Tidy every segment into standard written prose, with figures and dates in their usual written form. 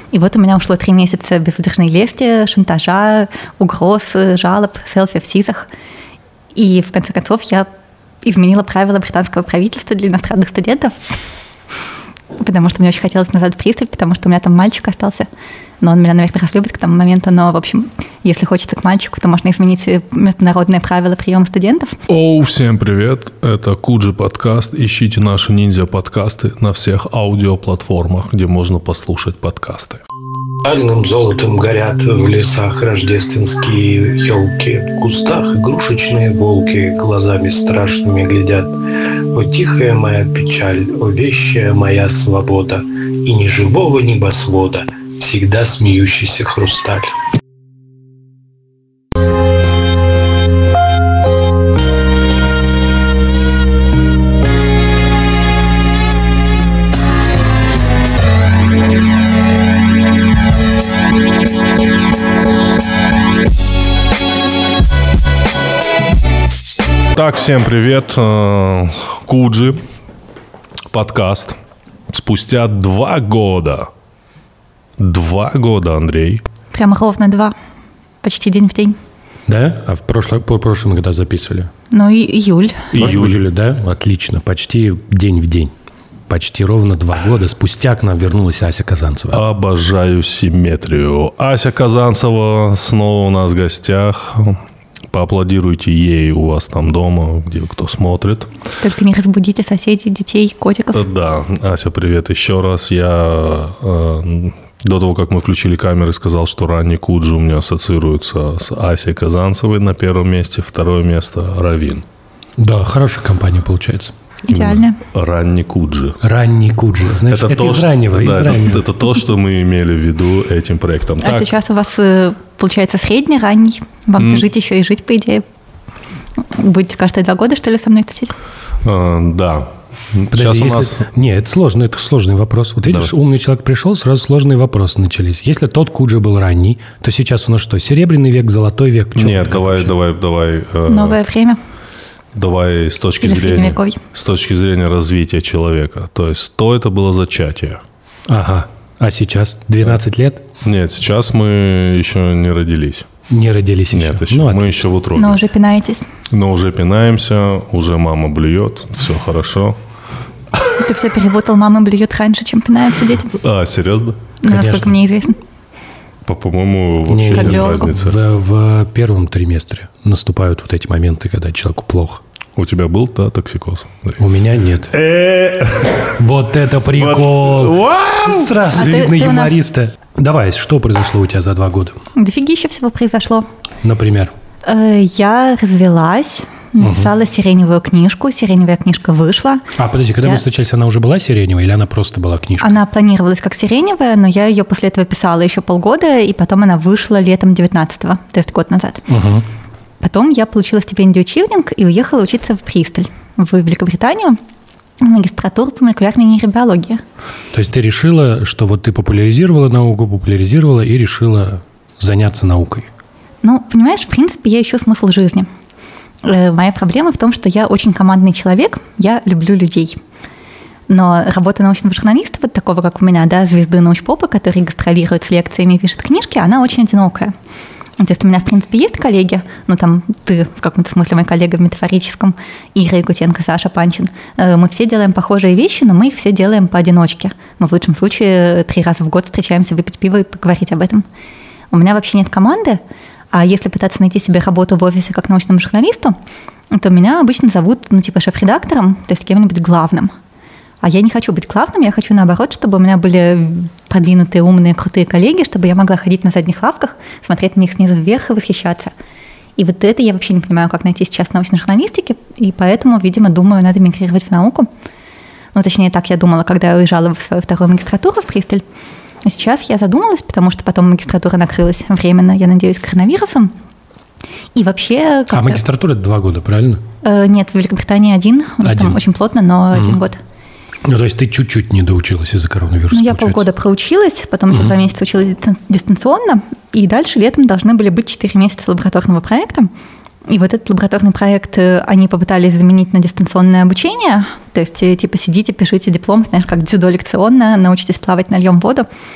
И вот у меня ушло 3 месяца безудержной лести, шантажа, угроз, жалоб, селфи в СИЗах. И в конце концов я изменила правила британского правительства для иностранных студентов, потому что мне очень хотелось назад в Присталь, потому что у меня там мальчик остался, но он меня, наверное, разлюбит к тому моменту, но, в общем, если хочется к мальчику, то можно изменить международные правила приема студентов. Всем привет, это Куджи подкаст, ищите наши ниндзя-подкасты на всех аудиоплатформах, где можно послушать подкасты. Альным золотом горят в лесах рождественские елки, в кустах игрушечные волки глазами страшными глядят. О, тихая моя печаль, о, вещая моя свобода, и ни живого небосвода, всегда смеющийся хрусталь. Так, всем привет. Куджи подкаст. Спустя 2 года. 2 года, Андрей. Прямо ровно 2. Почти день в день. Да? А в прошлом когда записывали? Ну, июль. Июля, да? Отлично. Почти день в день. Почти ровно 2 года спустя к нам вернулась Ася Казанцева. Обожаю симметрию. Ася Казанцева снова у нас в гостях. Поаплодируйте ей у вас там дома, где кто смотрит. Только не разбудите соседей, детей, котиков. Да, Ася, привет еще раз. Я до того, как мы включили камеры, сказал, что ранний Куджи у меня ассоциируется с Асей Казанцевой на первом месте, 2 место Равин. Да, хорошая компания получается. Идеально. Ранний Куджи. Ранний Куджи. Значит, это из раннего. Это то, что мы имели в виду этим проектом. А сейчас у вас, получается, средний, ранний. Вам жить еще и жить, по идее. Будете каждые 2 года, что ли, со мной тусить? Да. Подожди, Нет, это сложный вопрос. Вот видишь, умный человек пришел, сразу сложные вопросы начались. Если тот Куджи был ранний, то сейчас у нас что, серебряный век, золотой век? Нет, давай. Новое время. Давай с точки зрения развития человека. То есть, это было зачатие. Ага. А сейчас 12 лет? Нет, сейчас мы еще не родились. Не родились еще? Нет, еще. Мы еще в утробе. Но уже пинаетесь. Но уже пинаемся, уже мама блюет, все хорошо. Ты все перепутал, мама блюет раньше, чем пинаются дети. Серьезно? Насколько мне известно. По-моему, вообще нет разницы. В первом триместре наступают вот эти моменты, когда человеку плохо. У тебя был, токсикоз? У меня нет. Вот это прикол! Сразу видно юмориста. Давай, что произошло у тебя за 2 года? Дофигища всего произошло. Например? Я развелась, написала сиреневую книжку, сиреневая книжка вышла. Подожди, когда мы встречались, она уже была сиреневая или она просто была книжка? Она планировалась как сиреневая, но я ее после этого писала еще полгода, и потом она вышла летом 19-го, то есть год назад. Потом я получила стипендию Чивнинг и уехала учиться в Присталь, в Великобританию, в магистратуру по молекулярной нейробиологии. То есть ты решила, что вот ты популяризировала науку, и решила заняться наукой? Ну, понимаешь, в принципе, я ищу смысл жизни. Моя проблема в том, что я очень командный человек, я люблю людей. Но работа научного журналиста, вот такого, как у меня, звезды научпопа, который гастролирует с лекциями и пишет книжки, она очень одинокая. То есть у меня, в принципе, есть коллеги, там ты в каком-то смысле мой коллега в метафорическом, Ира Якутенко, Саша Панчин. Мы все делаем похожие вещи, но мы их все делаем поодиночке. Мы в лучшем случае 3 раза в год встречаемся выпить пиво и поговорить об этом. У меня вообще нет команды, а если пытаться найти себе работу в офисе как научному журналисту, то меня обычно зовут, шеф-редактором, то есть кем-нибудь главным. А я не хочу быть главным, я хочу наоборот, чтобы у меня были продвинутые, умные, крутые коллеги, чтобы я могла ходить на задних лавках, смотреть на них снизу вверх и восхищаться. И вот это я вообще не понимаю, как найти сейчас в научной журналистике, и поэтому, видимо, думаю, надо мигрировать в науку. Точнее, так я думала, когда я уезжала в свою 2-ю магистратуру в Присталь. А сейчас я задумалась, потому что потом магистратура накрылась временно, я надеюсь, коронавирусом. И вообще... магистратура – это 2 года, правильно? Нет, в Великобритании 1. Там очень плотно, но 1 год. То есть ты чуть-чуть не доучилась из-за коронавируса? Я полгода проучилась, потом еще 2 месяца училась дистанционно, и дальше летом должны были быть 4 месяца лабораторного проекта. И вот этот лабораторный проект они попытались заменить на дистанционное обучение. То есть, сидите, пишите диплом, знаешь, как дзюдо лекционно, научитесь плавать, нальем воду.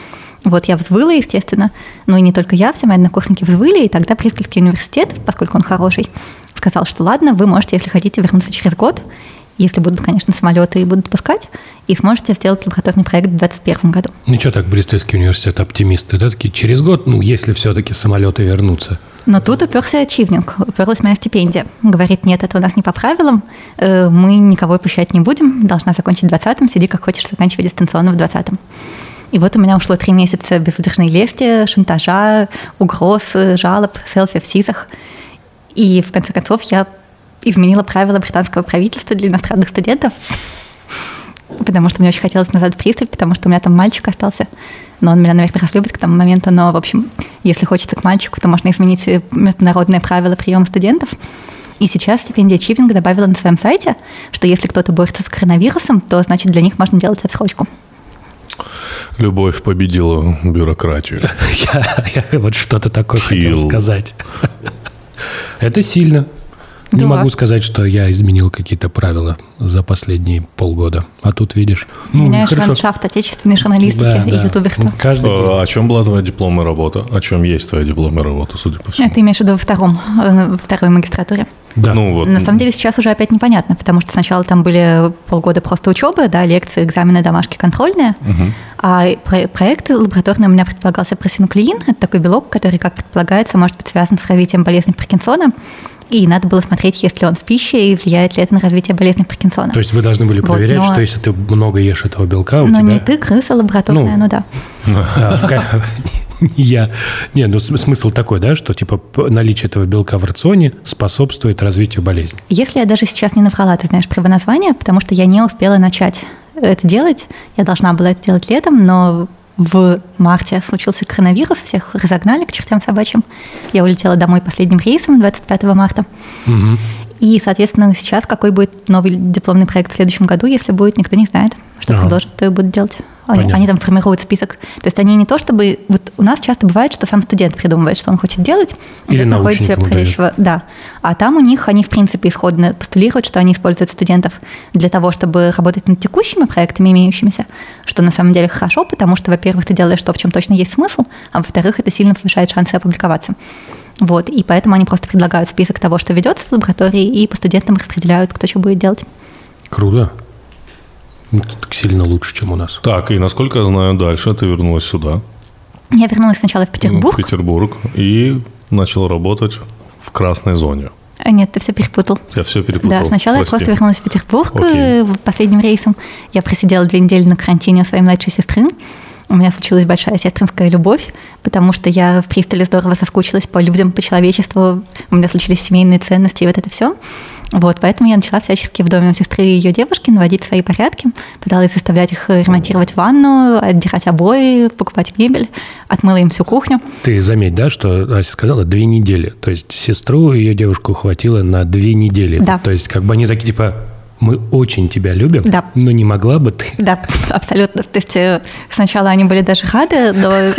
Вот я взвыла, естественно, ну и не только я, все мои однокурсники взвыли, и тогда Бристольский университет, поскольку он хороший, сказал, что ладно, вы можете, если хотите, вернуться через год, если будут, конечно, самолеты и будут пускать, и сможете сделать лабораторный проект в 2021 году. Ну что так, Бристольский университет, оптимисты, да, такие, через год, ну, если все-таки самолеты вернутся. Но тут уперся ачивнинг, уперлась моя стипендия. Говорит, нет, это у нас не по правилам, мы никого пущать не будем, должна закончить в 20-м, сиди как хочешь, заканчивай дистанционно в 20-м. И вот у меня ушло 3 месяца безудержной лести, шантажа, угроз, жалоб, селфи в СИЗах. И в конце концов я изменила правила британского правительства для иностранных студентов, потому что мне очень хотелось назад в Бристоль, потому что у меня там мальчик остался, но он меня, наверное, разлюбит к тому моменту, но, в общем, если хочется к мальчику, то можно изменить международные правила приема студентов. И сейчас стипендия Ачивнинг добавила на своем сайте, что если кто-то борется с коронавирусом, то, значит, для них можно делать отсрочку. Любовь победила бюрократию. Я вот что-то такое хотел сказать. Это сильно. Не могу сказать, что я изменил какие-то правила за последние полгода. А тут, видишь... Меняешь ландшафт отечественной журналистики и ютуберства. О чем была твоя дипломная работа? О чем есть твоя дипломная работа, судя по всему? Ты имеешь в виду во второй магистратуре? Да. На самом деле сейчас уже опять непонятно, потому что сначала там были полгода просто учебы, да, лекции, экзамены, домашки, контрольные, а проект лабораторный у меня предполагался просинуклеин, это такой белок, который, как предполагается, может быть связан с развитием болезни Паркинсона, и надо было смотреть, есть ли он в пище и влияет ли это на развитие болезни Паркинсона. То есть вы должны были проверять, что если ты много ешь этого белка, у тебя... Ну не ты, крыса лабораторная, да. Смысл такой, да, что типа наличие этого белка в рационе способствует развитию болезни. Если я даже сейчас не наврала, ты знаешь, про название, потому что я не успела начать это делать, я должна была это делать летом, но в марте случился коронавирус, всех разогнали к чертям собачьим. Я улетела домой последним рейсом 25 марта. И, соответственно, сейчас какой будет новый дипломный проект в следующем году, если будет, никто не знает, что продолжат, то и будут делать. Они там формируют список. То есть они не то чтобы... Вот у нас часто бывает, что сам студент придумывает, что он хочет делать. Или научник выдает. Да. А там у них, они в принципе исходно постулируют, что они используют студентов для того, чтобы работать над текущими проектами, имеющимися, что на самом деле хорошо, потому что, во-первых, ты делаешь то, в чем точно есть смысл, а во-вторых, это сильно повышает шансы опубликоваться. Вот. И поэтому они просто предлагают список того, что ведется в лаборатории, и по студентам распределяют, кто что будет делать. Круто. Так сильно лучше, чем у нас. Так, и насколько я знаю, дальше ты вернулась сюда. Я вернулась сначала в Петербург. И начала работать в красной зоне. Нет, ты все перепутал. Я все перепутал. Да, сначала я просто вернулась в Петербург последним рейсом. Я просидела 2 недели на карантине у своей младшей сестры. У меня случилась большая сестринская любовь, потому что я в Бристоле здорово соскучилась по людям, по человечеству. У меня случились семейные ценности и вот это все. Вот, поэтому я начала всячески в доме у сестры и ее девушки наводить свои порядки, пыталась заставлять их ремонтировать ванну, отдирать обои, покупать мебель, отмыла им всю кухню. Ты заметь, да, что Ася сказала 2 недели. То есть сестру и ее девушку хватило на 2 недели. Да. То есть как бы они такие типа... Мы очень тебя любим, да. Но не могла бы ты... Да, абсолютно. То есть сначала они были даже рады,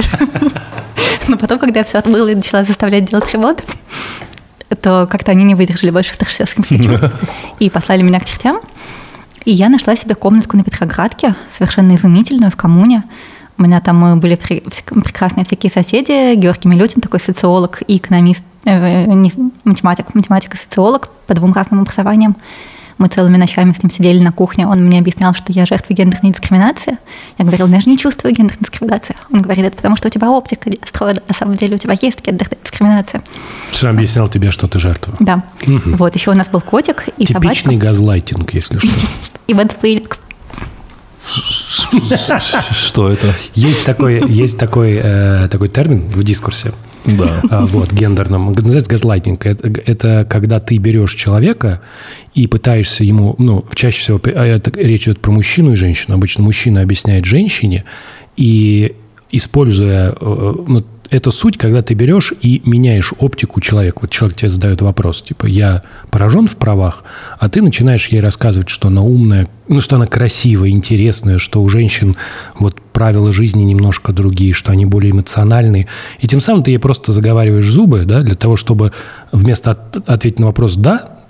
но потом, когда я все отмыла и начала заставлять делать ремонт, то как-то они не выдержали больше старшевских чувств и послали меня к чертям. И я нашла себе комнатку на Петроградке, совершенно изумительную, в коммуне. У меня там были прекрасные всякие соседи. Георгий Милютин, такой социолог и экономист, математик и социолог по 2 разным образованиям. Мы целыми ночами с ним сидели на кухне. Он мне объяснял, что я жертва гендерной дискриминации. Я говорила, я же не чувствую гендерной дискриминации. Он говорит, это потому что у тебя оптика строит, на самом деле у тебя есть гендерная дискриминация. Сам объяснял тебе, что ты жертва. Да. Вот, еще у нас был котик и собачка. Типичный газлайтинг, если что. И мэнсплейнинг. Что это? Есть такой термин в дискурсе. Да. Вот, гендерном. Называется газлайтинг. Это когда ты берешь человека и пытаешься ему, чаще всего речь идет про мужчину и женщину. Обычно мужчина объясняет женщине, и используя эту суть, когда ты берешь и меняешь оптику человека. Вот человек тебе задает вопрос, типа, я поражен в правах, а ты начинаешь ей рассказывать, что она умная, что она красивая, интересная, что у женщин вот правила жизни немножко другие, что они более эмоциональные. И тем самым ты ей просто заговариваешь зубы, да, для того, чтобы вместо ответить на вопрос «да»,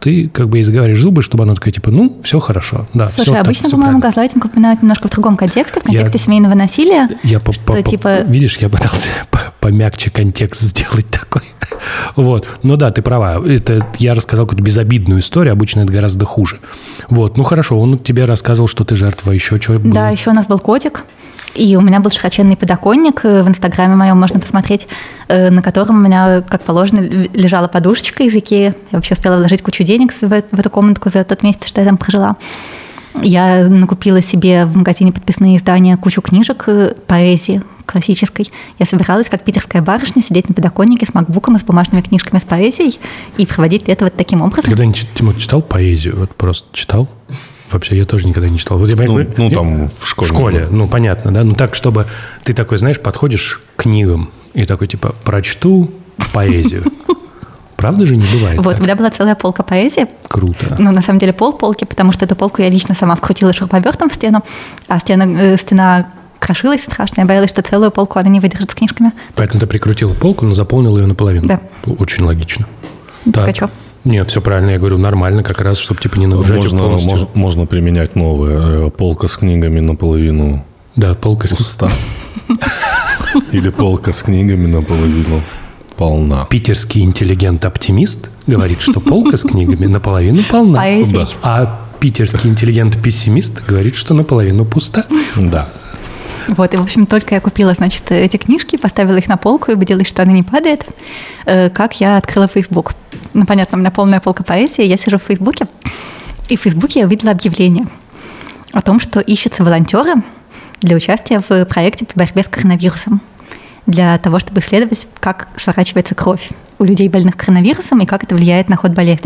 ты как бы и заговариваешь зубы, чтобы она такая, типа, ну, все хорошо. Да, слушай, все, обычно, все по-моему, правильно. газлайтинг упоминают немножко в другом контексте, в контексте семейного насилия. Видишь, я пытался помягче контекст сделать такой. Вот. Ну да, ты права. Это я рассказал какую-то безобидную историю, обычно это гораздо хуже. Вот. Ну хорошо, он тебе рассказывал, что ты жертва, еще что было? Да, еще у нас был котик. И у меня был широченный подоконник, в Инстаграме моем можно посмотреть, на котором у меня, как положено, лежала подушечка из Икеи. Я вообще успела вложить кучу денег в эту комнатку за тот месяц, что я там прожила. Я накупила себе в магазине подписные издания кучу книжек поэзии классической. Я собиралась, как питерская барышня, сидеть на подоконнике с макбуком и с бумажными книжками с поэзией и проводить лето вот таким образом. Ты когда-нибудь, Тимур, читал поэзию? Вот просто читал? Вообще, я тоже никогда не читал. Вот там в школе. В школе, ну, понятно, да? Ну, так, чтобы ты такой, знаешь, подходишь к книгам и такой, типа, прочту поэзию. Правда же не бывает? Вот, у меня была целая полка поэзии. Круто. Ну, на самом деле, полки, потому что эту полку я лично сама вкрутила шуруповертом в стену, а стена крошилась страшно. Я боялась, что целую полку она не выдержит с книжками. Поэтому ты прикрутила полку, но заполнила ее наполовину. Да. Очень логично. Так, а что? Нет, все правильно, я говорю, нормально, как раз, чтобы типа не нагружать ее полностью. Можно применять новое. Полка с книгами наполовину да, полка пуста. Или полка с книгами наполовину полна. Питерский интеллигент-оптимист говорит, что полка с книгами наполовину полна. Поэзия. А питерский интеллигент-пессимист говорит, что наполовину пуста. Да. Вот, и, в общем, только я купила, значит, эти книжки, поставила их на полку и убедилась, что она не падает, как я открыла Facebook. Ну, понятно, у меня полная полка поэзии, я сижу в Фейсбуке, и в Фейсбуке я увидела объявление о том, что ищутся волонтеры для участия в проекте по борьбе с коронавирусом, для того, чтобы исследовать, как сворачивается кровь у людей, больных коронавирусом, и как это влияет на ход болезни.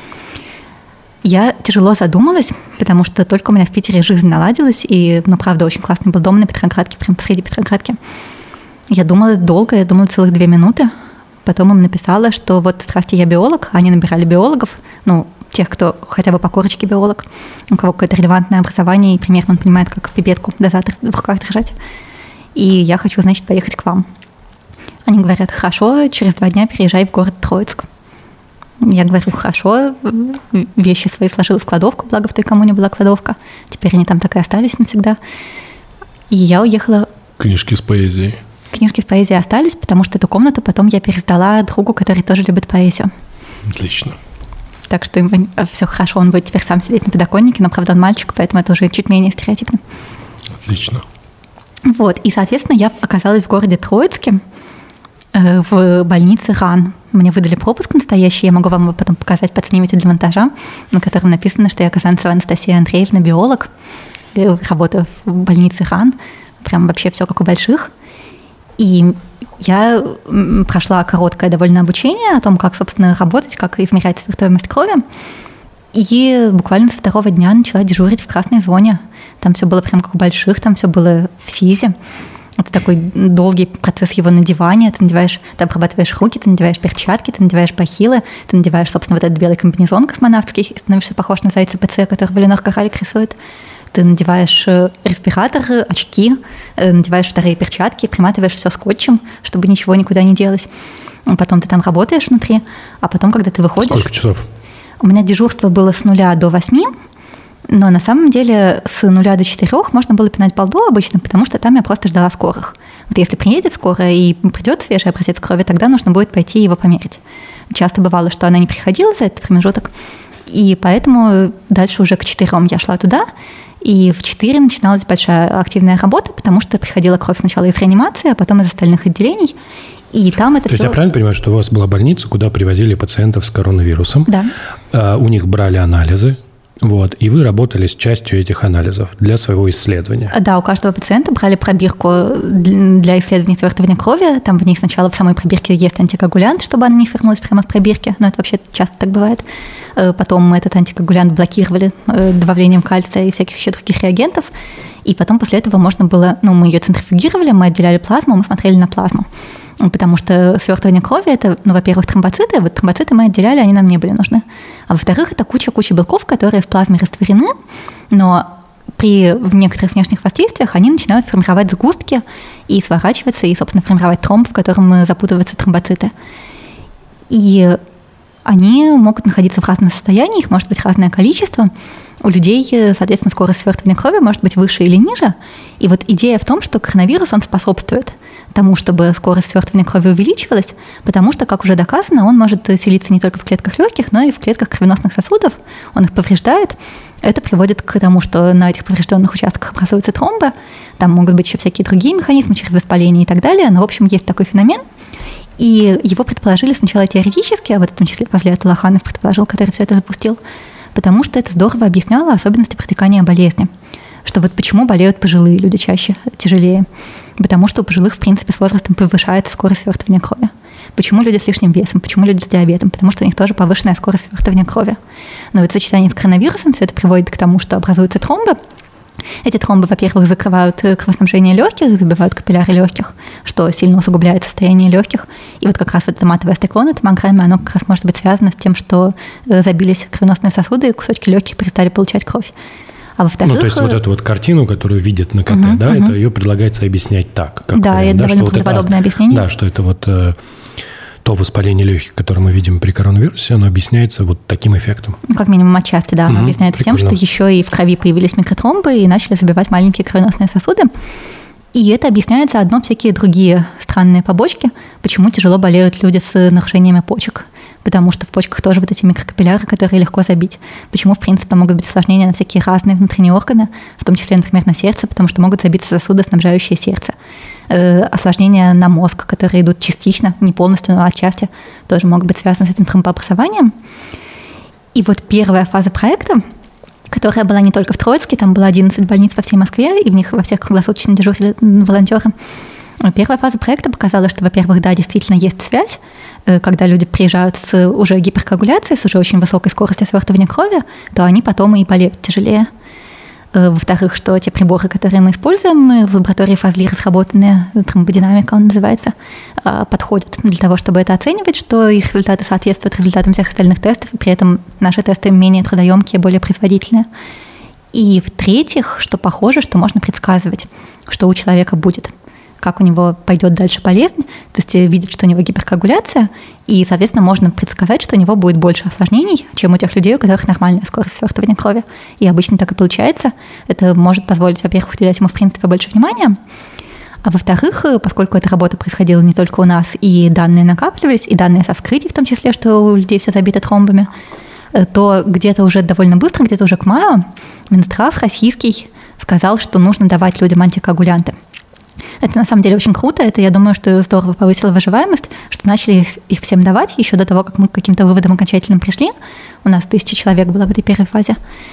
Я тяжело задумалась, потому что только у меня в Питере жизнь наладилась, и, ну, правда, очень классный был дом на Петроградке, прям посреди Петроградки. Я думала долго, я думала целых 2 минуты. Потом им написала, что вот, здравствуйте, я биолог, они набирали биологов, ну, тех, кто хотя бы по корочке биолог, у кого какое-то релевантное образование, и примерно он понимает, как пипетку, дозатор в руках держать. И я хочу, значит, поехать к вам. Они говорят, хорошо, через 2 дня переезжай в город Троицк. Я говорю, хорошо, вещи свои сложила в кладовку, благо в той коммуне была кладовка. Теперь они там так и остались навсегда. И я уехала... Книжки с поэзией. Книжки с поэзией остались, потому что эту комнату потом я пересдала другу, который тоже любит поэзию. Отлично. Так что все хорошо, он будет теперь сам сидеть на подоконнике, но, правда, он мальчик, поэтому это уже чуть менее стереотипно. Отлично. Вот, и, соответственно, я оказалась в городе Троицке, в больнице РАН. Мне выдали пропуск настоящий, я могу вам его потом показать, подснимите для монтажа, на котором написано, что я Казанцева Анастасия Андреевна, биолог, работаю в больнице РАН, прям вообще все как у больших. И я прошла короткое довольно обучение о том, как, собственно, работать, как измерять спиртуемость крови, и буквально со 2-го дня начала дежурить в красной зоне. Там все было прям как у больших, там все было в СИЗе. Это такой долгий процесс его надевания. Ты надеваешь, ты обрабатываешь руки, ты надеваешь перчатки, ты надеваешь бахилы, ты надеваешь, собственно, вот этот белый комбинезон космонавтский, и становишься похож на зайца ПЦ, который Валенор Каралик рисует. Ты надеваешь респиратор, очки, надеваешь 2 перчатки, приматываешь все скотчем, чтобы ничего никуда не делось. Потом ты там работаешь внутри, а потом, когда ты выходишь... Сколько часов? У меня дежурство было с 0 до 8, но на самом деле с 0 до 4 можно было пинать балду обычно, потому что там я просто ждала скорых. Вот если приедет скорая и придет свежий образец крови, тогда нужно будет пойти его померить. Часто бывало, что она не приходила за этот промежуток, и поэтому дальше уже к 4 я шла туда, и в 4 начиналась большая активная работа, потому что приходила кровь сначала из реанимации, а потом из остальных отделений. И там это То есть я правильно понимаю, что у вас была больница, куда привозили пациентов с коронавирусом? Да. У них брали анализы, вот, и вы работали с частью этих анализов для своего исследования? Да, у каждого пациента брали пробирку для исследования свертывания крови. Там в них сначала в самой пробирке есть антикоагулянт, чтобы она не свернулась прямо в пробирке, но это вообще часто так бывает. Потом этот антикоагулянт блокировали добавлением кальция и всяких еще других реагентов. И потом после этого можно было, мы ее центрифугировали, мы отделяли плазму, мы смотрели на плазму. Потому что свертывание крови – это, во-первых, тромбоциты. Вот тромбоциты мы отделяли, они нам не были нужны. А во-вторых, это куча белков, которые в плазме растворены, но в некоторых внешних воздействиях они начинают формировать сгустки и сворачиваться, и, собственно, формировать тромб, в котором запутываются тромбоциты. И они могут находиться в разном состоянии, их может быть разное количество. У людей, соответственно, скорость свертывания крови может быть выше или ниже. И вот идея в том, что коронавирус, он способствует тому, чтобы скорость свертывания крови увеличивалась, потому что, как уже доказано, он может селиться не только в клетках легких, но и в клетках кровеносных сосудов. Он их повреждает. Это приводит к тому, что на этих поврежденных участках образуются тромбы. Там могут быть еще всякие другие механизмы через воспаление и так далее. Но, в общем, есть такой феномен. И его предположили сначала теоретически, а вот в том числе Фазлият Улаханов предположил, который все это запустил, потому что это здорово объясняло особенности протекания болезни. Что вот почему болеют пожилые люди чаще, тяжелее. Потому что у пожилых, в принципе, с возрастом повышается скорость свертывания крови. Почему люди с лишним весом? Почему люди с диабетом? Потому что у них тоже повышенная скорость свертывания крови. Но вот в сочетании с коронавирусом все это приводит к тому, что образуются тромбы. Эти тромбы, во-первых, закрывают кровоснабжение легких, забивают капилляры легких, что сильно усугубляет состояние легких. И вот как раз вот это матовое стекло на томограмме, оно как раз может быть связано с тем, что забились кровеносные сосуды, и кусочки легких перестали получать кровь. А во-вторых... Ну, то есть вот эту вот картину, которую видят на КТ, да, это ее предлагается объяснять так. Как да, вариант, это довольно правдоподобное объяснение. Да, что это вот то воспаление легких, которое мы видим при коронавирусе, оно объясняется вот таким эффектом. Ну, как минимум отчасти, да, оно объясняется тем, что еще и в крови появились микротромбы и начали забивать маленькие кровеносные сосуды. И это объясняет заодно всякие другие странные побочки, почему тяжело болеют люди с нарушениями почек. Потому что в почках тоже вот эти микрокапилляры, которые легко забить. Почему, в принципе, могут быть осложнения на всякие разные внутренние органы, в том числе, например, на сердце, потому что могут забиться сосуды, снабжающие сердце. Осложнения на мозг, которые идут частично, не полностью, но отчасти, тоже могут быть связаны с этим тромбообразованием. И вот первая фаза проекта, которая была не только в Троицке, там было 11 больниц по всей Москве, и в них во всех круглосуточно дежурили волонтеры. Первая фаза проекта показала, что, во-первых, да, действительно есть связь, когда люди приезжают с уже гиперкоагуляцией, с уже очень высокой скоростью свертывания крови, то они потом и болеют тяжелее. Во-вторых, что те приборы, которые мы используем в лаборатории Фазли, разработанные, тромбодинамика он называется, подходят для того, чтобы это оценивать, что их результаты соответствуют результатам всех остальных тестов, и при этом наши тесты менее трудоемкие, более производительные. И в-третьих, что похоже, что можно предсказывать, что у человека будет, как у него пойдет дальше болезнь, то есть видят, что у него гиперкоагуляция, и, соответственно, можно предсказать, что у него будет больше осложнений, чем у тех людей, у которых нормальная скорость свертывания крови. И обычно так и получается. Это может позволить, во-первых, уделять ему, в принципе, больше внимания, а во-вторых, поскольку эта работа происходила не только у нас, и данные накапливались, и данные со вскрытий, в том числе, что у людей все забито тромбами, то где-то уже довольно быстро, где-то уже к маю, Минздрав российский сказал, что нужно давать людям антикоагулянты. Это на самом деле очень круто, это, я думаю, что здорово повысило выживаемость, что начали их всем давать еще до того, как мы к каким-то выводам окончательным пришли. У нас 1000 человек было в этой первой фазе.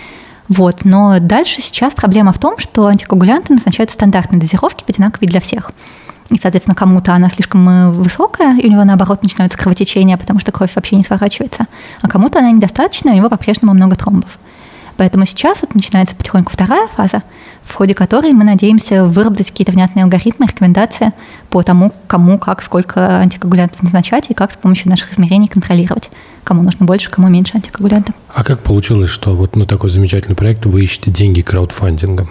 Вот. Но дальше сейчас проблема в том, что антикоагулянты назначают стандартные дозировки, одинаковые для всех. И, соответственно, кому-то она слишком высокая, и у него, наоборот, начинаются кровотечения, потому что кровь вообще не сворачивается, а кому-то она недостаточна, у него по-прежнему много тромбов. Поэтому сейчас вот начинается потихоньку вторая фаза, в ходе которой мы надеемся выработать какие-то внятные алгоритмы, рекомендации по тому, кому, как, сколько антикоагулянтов назначать и как с помощью наших измерений контролировать, кому нужно больше, кому меньше антикоагулянтов. А как получилось, что вот на такой замечательный проект вы ищете деньги краудфандингом?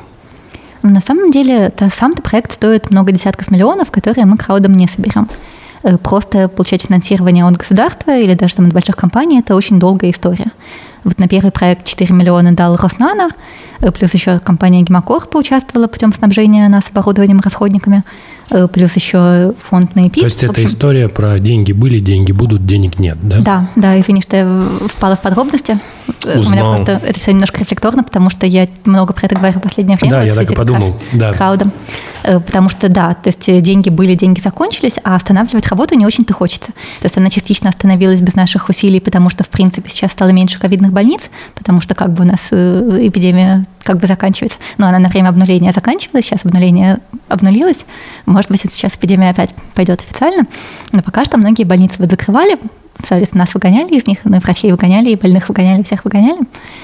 На самом деле, сам-то проект стоит много десятков миллионов, которые мы краудом не соберем. Просто получать финансирование от государства или даже там, от больших компаний – это очень долгая история. Вот на первый проект 4 миллиона дал Роснано, плюс еще компания Гемокор поучаствовала путем снабжения нас оборудованием и расходниками, плюс еще фонд на ЭПИ. То есть это история про деньги были, деньги будут, денег нет, да? Да, извини, что я впала в подробности. Узнал. У меня просто это все немножко рефлекторно, потому что я много про это говорю в последнее время. Да, я так и подумал. Да. Краудом. Потому что, да, то есть деньги были, деньги закончились, а останавливать работу не очень-то хочется. То есть она частично остановилась без наших усилий, потому что, в принципе, сейчас стало меньше ковидных больниц, потому что как бы у нас эпидемия как бы заканчивается. Но она на время обнуления заканчивалась, сейчас обнуление обнулилось. Может быть, сейчас эпидемия опять пойдет официально. Но пока что многие больницы вот закрывали, соответственно, нас выгоняли из них, ну и врачей выгоняли, и больных выгоняли, всех выгоняли.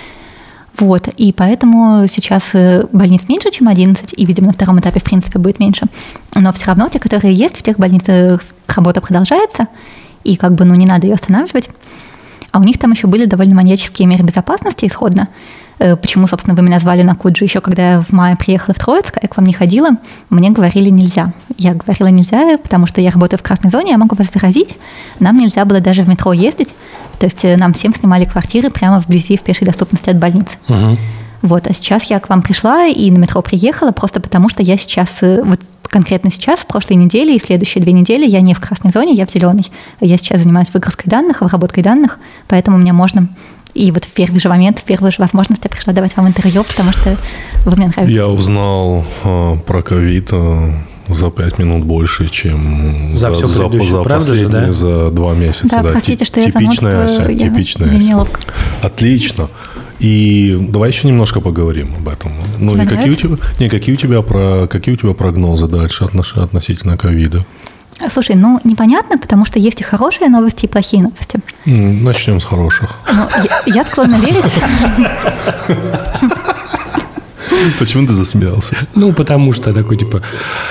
Вот, и поэтому сейчас больниц меньше, чем 11, и, видимо, на втором этапе, в принципе, будет меньше. Но все равно те, которые есть, в тех больницах работа продолжается, и как бы, не надо ее останавливать. А у них там еще были довольно маньяческие меры безопасности исходно. почему, собственно, вы меня звали на Куджи еще, когда я в мае приехала в Троицк, я к вам не ходила, мне говорили нельзя. Я говорила нельзя, потому что я работаю в красной зоне, я могу вас заразить. Нам нельзя было даже в метро ездить, то есть нам всем снимали квартиры прямо вблизи, в пешей доступности от больницы. Вот, а сейчас я к вам пришла и на метро приехала просто потому, что я сейчас, вот конкретно сейчас, в прошлой неделе и следующие 2 недели я не в красной зоне, я в зеленой. Я сейчас занимаюсь выгрузкой данных, обработкой данных, поэтому мне можно... И вот в первый же момент, в первую же возможность я пришла давать вам интервью, потому что вы мне нравитесь. Я узнал про ковид за 5 минут больше, чем за последние, да? За 2 месяца. Да, простите, что типичная я занудство, типичная неловко. Отлично. И давай еще немножко поговорим об этом. Ну, и какие у тебя прогнозы дальше относительно ковида? Слушай, ну, непонятно, потому что есть и хорошие новости, и плохие новости. Начнем с хороших. Ну, я склонна верить. Почему ты засмеялся? Ну, потому что такой, типа...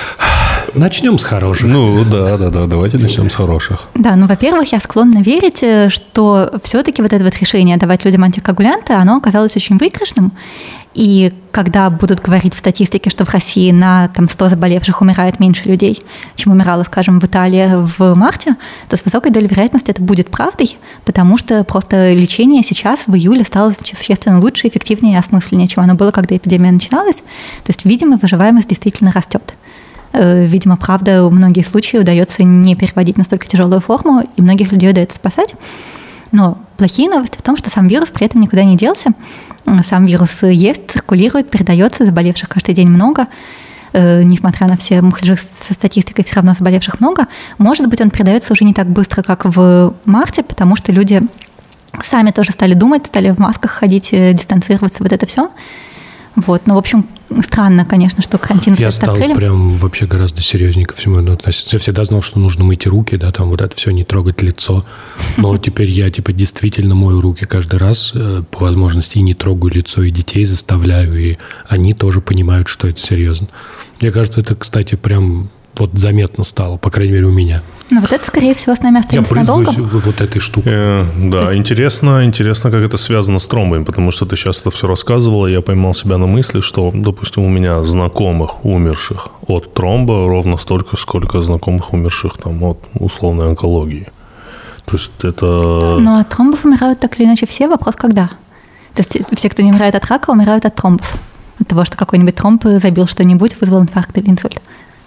Начнем с хороших. Ну, да, давайте начнем с хороших. Да, ну, во-первых, я склонна верить, что все-таки вот это вот решение давать людям антикоагулянты, оно оказалось очень выигрышным. И когда будут говорить в статистике, что в России на там, 100 заболевших умирает меньше людей, чем умирало, скажем, в Италии в марте, то с высокой долей вероятности это будет правдой, потому что просто лечение сейчас в июле стало существенно лучше, эффективнее и осмысленнее, чем оно было, когда эпидемия начиналась. То есть, видимо, выживаемость действительно растет. Видимо, правда, в многие случаи удается не переводить настолько тяжелую форму, и многих людей удается спасать. Но плохие новости в том, что сам вирус при этом никуда не делся. Сам вирус есть, циркулирует, передается, заболевших каждый день много. Несмотря на все мухляжи со статистикой, все равно заболевших много. Может быть, он передается уже не так быстро, как в марте, потому что люди сами тоже стали думать, стали в масках ходить, дистанцироваться, вот это все. Вот. Ну, в общем, странно, конечно, что карантин я стал открыли. Прям вообще гораздо серьезнее ко всему относиться. Я всегда знал, что нужно мыть руки, да, там вот это все, не трогать лицо. Но теперь я, действительно мою руки каждый раз по возможности и не трогаю лицо, и детей заставляю, и они тоже понимают, что это серьезно. Мне кажется, это, кстати, прям вот заметно стало, по крайней мере, у меня. Ну, вот это, скорее всего, с нами останется надолго. Я брызгаюсь вот этой штукой. Да, интересно, как это связано с тромбами, потому что ты сейчас это все рассказывала, и я поймал себя на мысли, что, допустим, у меня знакомых, умерших от тромба ровно столько, сколько знакомых, умерших там, от условной онкологии. То есть это... Но от тромбов умирают так или иначе все, вопрос когда. То есть все, кто не умирает от рака, умирают от тромбов. От того, что какой-нибудь тромб забил что-нибудь, вызвал инфаркт или инсульт.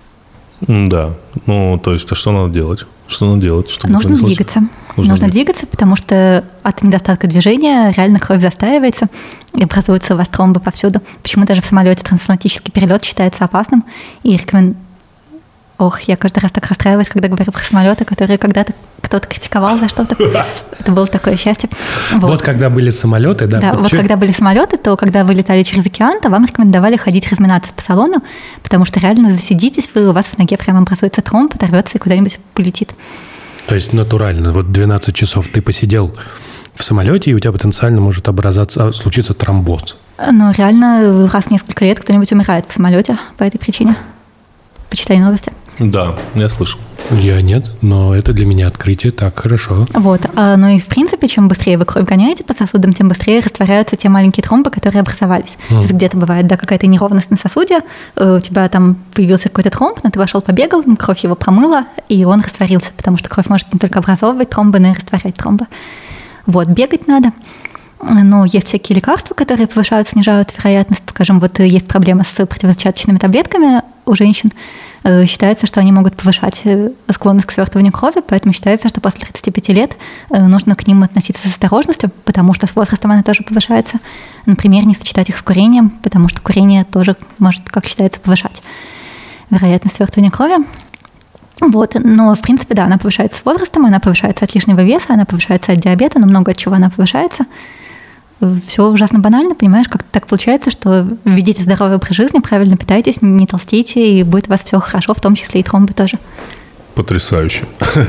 Да, ну, то есть, а что надо делать? Чтобы нужно двигаться. Нужно двигаться, потому что от недостатка движения реально кровь застаивается и образуются у вас тромбы повсюду. Почему даже в самолете трансатлантический перелет считается опасным и Ох, я каждый раз так расстраиваюсь, когда говорю про самолеты, которые когда-то кто-то критиковал за что-то. Это было такое счастье. Вот когда были самолеты, да? Да, вот когда были самолеты, то когда вы летали через океан, то вам рекомендовали ходить разминаться по салону, потому что реально засидитесь, у вас в ноге прямо образуется тромб, оторвется и куда-нибудь полетит. То есть натурально. Вот 12 часов ты посидел в самолете, и у тебя потенциально может случиться тромбоз. Ну, реально, раз в несколько лет кто-нибудь умирает в самолете по этой причине. Почитай новости. Да, я слышал. Я нет, но это для меня открытие, так, хорошо. Вот, ну и в принципе, чем быстрее вы кровь гоняете по сосудам, тем быстрее растворяются те маленькие тромбы, которые образовались. То есть где-то бывает, да, какая-то неровность на сосуде, у тебя там появился какой-то тромб, но ты пошел, побегал, кровь его промыла, и он растворился, потому что кровь может не только образовывать тромбы, но и растворять тромбы. Вот, бегать надо. Ну, есть всякие лекарства, которые повышают, снижают вероятность. Скажем, вот есть проблема с противозачаточными таблетками у женщин. Считается, что они могут повышать склонность к свертыванию крови, поэтому считается, что после 35 лет нужно к ним относиться с осторожностью, потому что с возрастом она тоже повышается. Например, не сочетать их с курением, потому что курение тоже может, как считается, повышать вероятность свертывания крови. Вот, но в принципе, да, она повышается с возрастом, она повышается от лишнего веса, она повышается от диабета, но много от чего она повышается. Все ужасно банально, понимаешь, как так получается, что ведите здоровый образ жизни, правильно питайтесь, не толстейте, и будет у вас все хорошо, в том числе и тромбы тоже. Потрясающе.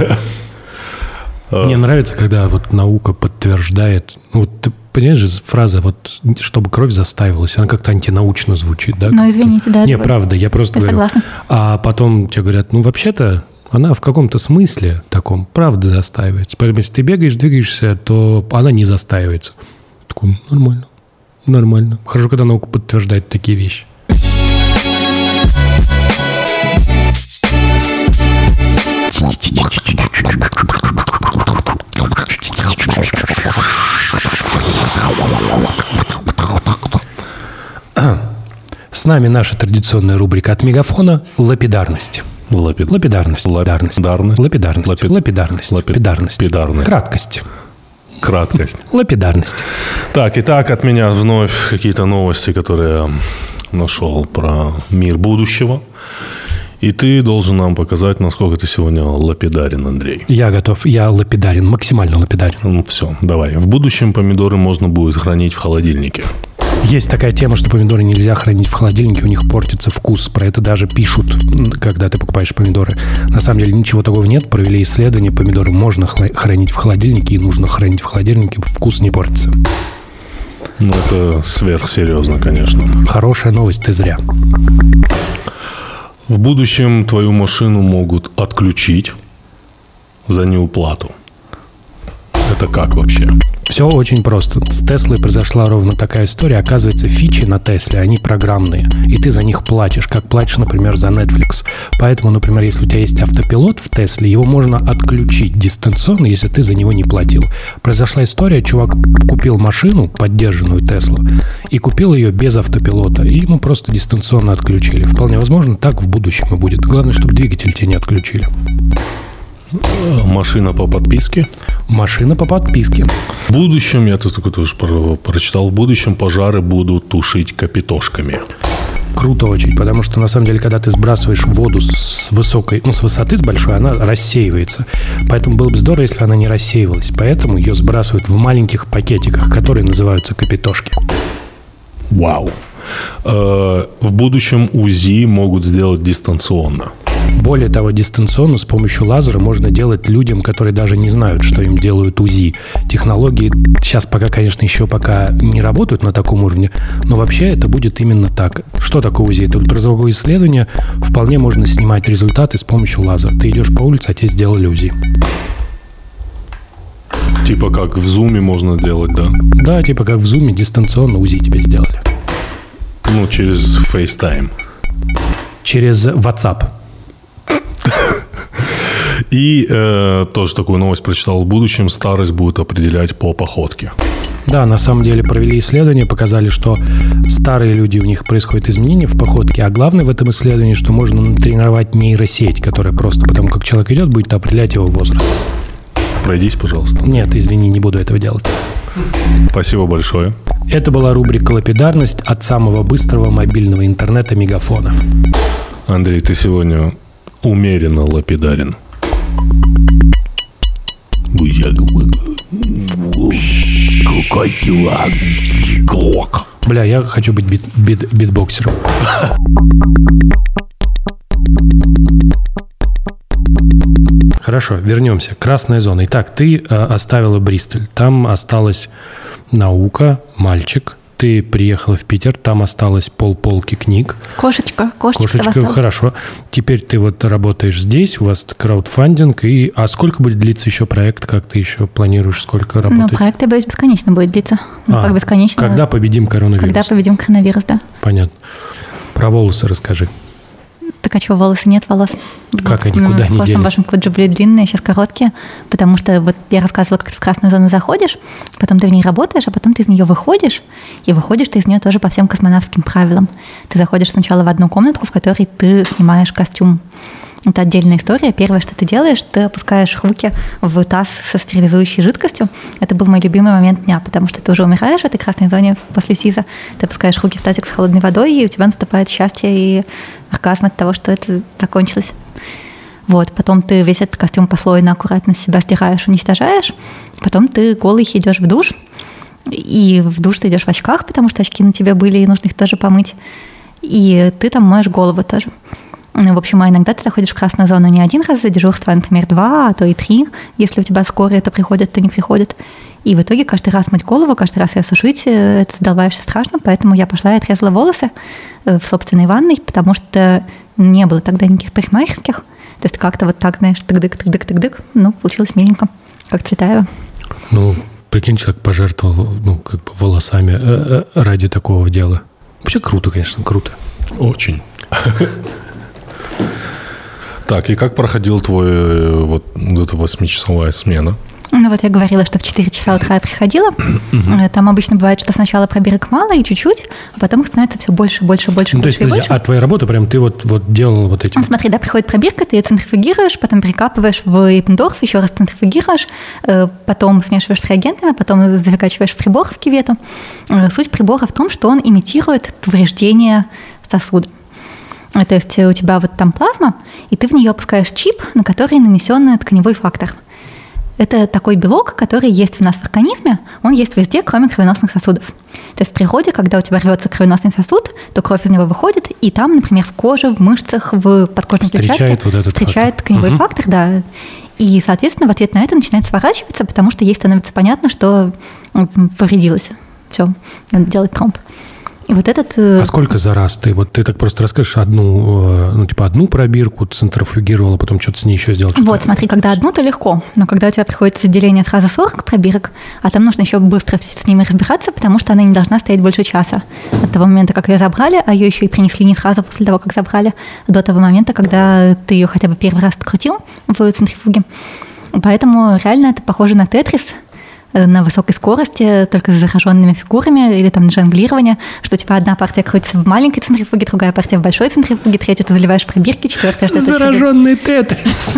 Мне нравится, когда вот наука подтверждает, вот ты понимаешь же, фраза вот, чтобы кровь застаивалась, она как-то антинаучно звучит, да? Ну, извините, да. Не, правда, я просто говорю. Согласна. А потом тебе говорят, ну, вообще-то она в каком-то смысле таком, правда, застаивается. Поэтому если ты бегаешь, двигаешься, то она не застаивается. Такой, нормально. Нормально. Хорошо, когда наука подтверждает такие вещи. С нами наша традиционная рубрика от Мегафона «Лапидарность». Лапидарность. Краткость. Лапидарность. Так, итак, от меня вновь какие-то новости, которые я нашел про мир будущего. И ты должен нам показать, насколько ты сегодня лапидарен, Андрей. Я готов, я лапидарен, максимально лапидарен. Ну, все, давай. В будущем помидоры можно будет хранить в холодильнике. Есть такая тема, что помидоры нельзя хранить в холодильнике, у них портится вкус. Про это даже пишут, когда ты покупаешь помидоры. На самом деле ничего такого нет. Провели исследование, помидоры можно хранить в холодильнике, и нужно хранить в холодильнике, вкус не портится. Ну, это сверхсерьезно, конечно. Хорошая новость, ты зря. В будущем твою машину могут отключить за неуплату. Это как вообще? Все очень просто. С Теслой произошла ровно такая история. Оказывается, фичи на Тесле, они программные. И ты за них платишь, как платишь, например, за Netflix. Поэтому, например, если у тебя есть автопилот в Тесле, его можно отключить дистанционно, если ты за него не платил. Произошла история, чувак купил машину, поддержанную Теслу, и купил ее без автопилота. И ему просто дистанционно отключили. Вполне возможно, так в будущем и будет. Главное, чтобы двигатель тебе не отключили. Машина по подписке? Машина по подписке. В будущем, я тут такой тоже прочитал, в будущем пожары будут тушить капитошками. Круто очень, потому что, на самом деле, когда ты сбрасываешь воду с высокой, с высоты, с большой, она рассеивается. Поэтому было бы здорово, если она не рассеивалась. Поэтому ее сбрасывают в маленьких пакетиках, которые называются капитошки. Вау. В будущем УЗИ могут сделать дистанционно. Более того, дистанционно с помощью лазера можно делать людям, которые даже не знают, что им делают УЗИ. Технологии сейчас пока, конечно, еще пока не работают на таком уровне, но вообще это будет именно так. Что такое УЗИ? Это ультразвуковое исследование. Вполне можно снимать результаты с помощью лазера. Ты идешь по улице, а тебе сделали УЗИ. Типа как в Зуме можно делать, да? Да, типа как в Зуме дистанционно УЗИ тебе сделали. Ну, через FaceTime. Через WhatsApp. И тоже такую новость прочитал. В будущем старость будут определять по походке. Да, на самом деле провели исследование, показали, что старые люди, у них происходят изменения в походке, а главное в этом исследовании, что можно натренировать нейросеть, которая просто потому, как человек идет, будет определять его возраст. Пройдись, пожалуйста. Нет, извини, не буду этого делать. Спасибо большое. Это была рубрика «Лапидарность» от самого быстрого мобильного интернета Мегафона. Андрей, ты сегодня умеренно лапидарен. Бля, я хочу быть битбоксером. Хорошо, вернемся. Красная зона. Итак, ты оставила Бристоль. Там осталась наука, мальчик. Ты приехала в Питер, там осталось полки книг. Кошечка хорошо. Теперь ты вот работаешь здесь, у вас краудфандинг. А сколько будет длиться еще проект? Как ты еще планируешь, сколько работать? Ну, проект, я боюсь, бесконечно будет длиться. Как бесконечно. Когда победим коронавирус? Когда победим коронавирус, да. Понятно. Про волосы расскажи. Так а что, волосы нет волос? Как они, куда они делись? В прошлом вашем коджи были длинные, сейчас короткие, потому что вот я рассказывала, как ты в красную зону заходишь, потом ты в ней работаешь, а потом ты из нее выходишь, и выходишь ты из нее тоже по всем космонавтским правилам. Ты заходишь сначала в одну комнатку, в которой ты снимаешь костюм. Это отдельная история. Первое, что ты делаешь, ты опускаешь руки в таз со стерилизующей жидкостью. Это был мой любимый момент дня, потому что ты уже умираешь в этой красной зоне после СИЗа. Ты опускаешь руки в тазик с холодной водой, и у тебя наступает счастье и оргазм от того, что это закончилось. Вот. Потом ты весь этот костюм послойно аккуратно с себя стираешь, уничтожаешь. Потом ты голый идешь в душ. И в душ ты идешь в очках, потому что очки на тебе были, и нужно их тоже помыть. И ты там моешь голову тоже. В общем, а иногда ты заходишь в красную зону не один раз за дежурство, а, например, 2, а то и 3. Если у тебя скорые, то приходят, то не приходят. И в итоге каждый раз мыть голову, каждый раз ее сушить, это задолбаешься страшно. Поэтому я пошла и отрезала волосы в собственной ванной, потому что не было тогда никаких парикмахерских. То есть как-то вот так, знаешь, тык-дык, тык-дык, тык-дык. Ну, получилось миленько, как Цветаева. Ну, Прикинь, человек пожертвовал, волосами ради такого дела. Вообще круто, конечно, круто. Очень. Так, и как проходил твой эта 8-часовая смена? Ну вот я говорила, что в 4 часа утра я приходила. Там обычно бывает, что сначала пробирок мало и чуть-чуть, а потом их становится все больше, больше, больше, то есть, больше и больше. А твоя работа прям ты вот делала вот эти... Смотри, да, приходит пробирка, ты ее центрифугируешь, потом перекапываешь в Эппендорф, еще раз центрифугируешь, потом смешиваешь с реагентами, потом закачиваешь в прибор в кювету. Суть прибора в том, что он имитирует повреждение сосуда. То есть у тебя вот там плазма, и ты в нее опускаешь чип, на который нанесен тканевой фактор. Это такой белок, который есть в нас в организме, он есть везде, кроме кровеносных сосудов. То есть в природе, когда у тебя рвется кровеносный сосуд, то кровь из него выходит, и там, например, в коже, в мышцах, в подкожной клетчатке встречает тканевой фактор, да. И, соответственно, в ответ на это начинает сворачиваться, потому что ей становится понятно, что повредилось. Все, надо делать тромб. И вот этот... А сколько за раз ты так просто расскажешь одну пробирку центрифугировала, потом что-то с ней еще сделал? Вот, смотри, когда одну, то легко, но когда у тебя приходится отделение сразу 40 пробирок, а там нужно еще быстро с ними разбираться, потому что она не должна стоять больше часа. От того момента, как ее забрали, а ее еще и принесли не сразу после того, как забрали, до того момента, когда ты ее хотя бы первый раз открутил в центрифуге. Поэтому реально это похоже на тетрис, на высокой скорости, только с зараженными фигурами или там на жонглирование, что у тебя одна партия крутится в маленькой центрифуге, другая партия в большой центрифуге, третью ты заливаешь в пробирки, четвертая что-то... Зараженный тетрис.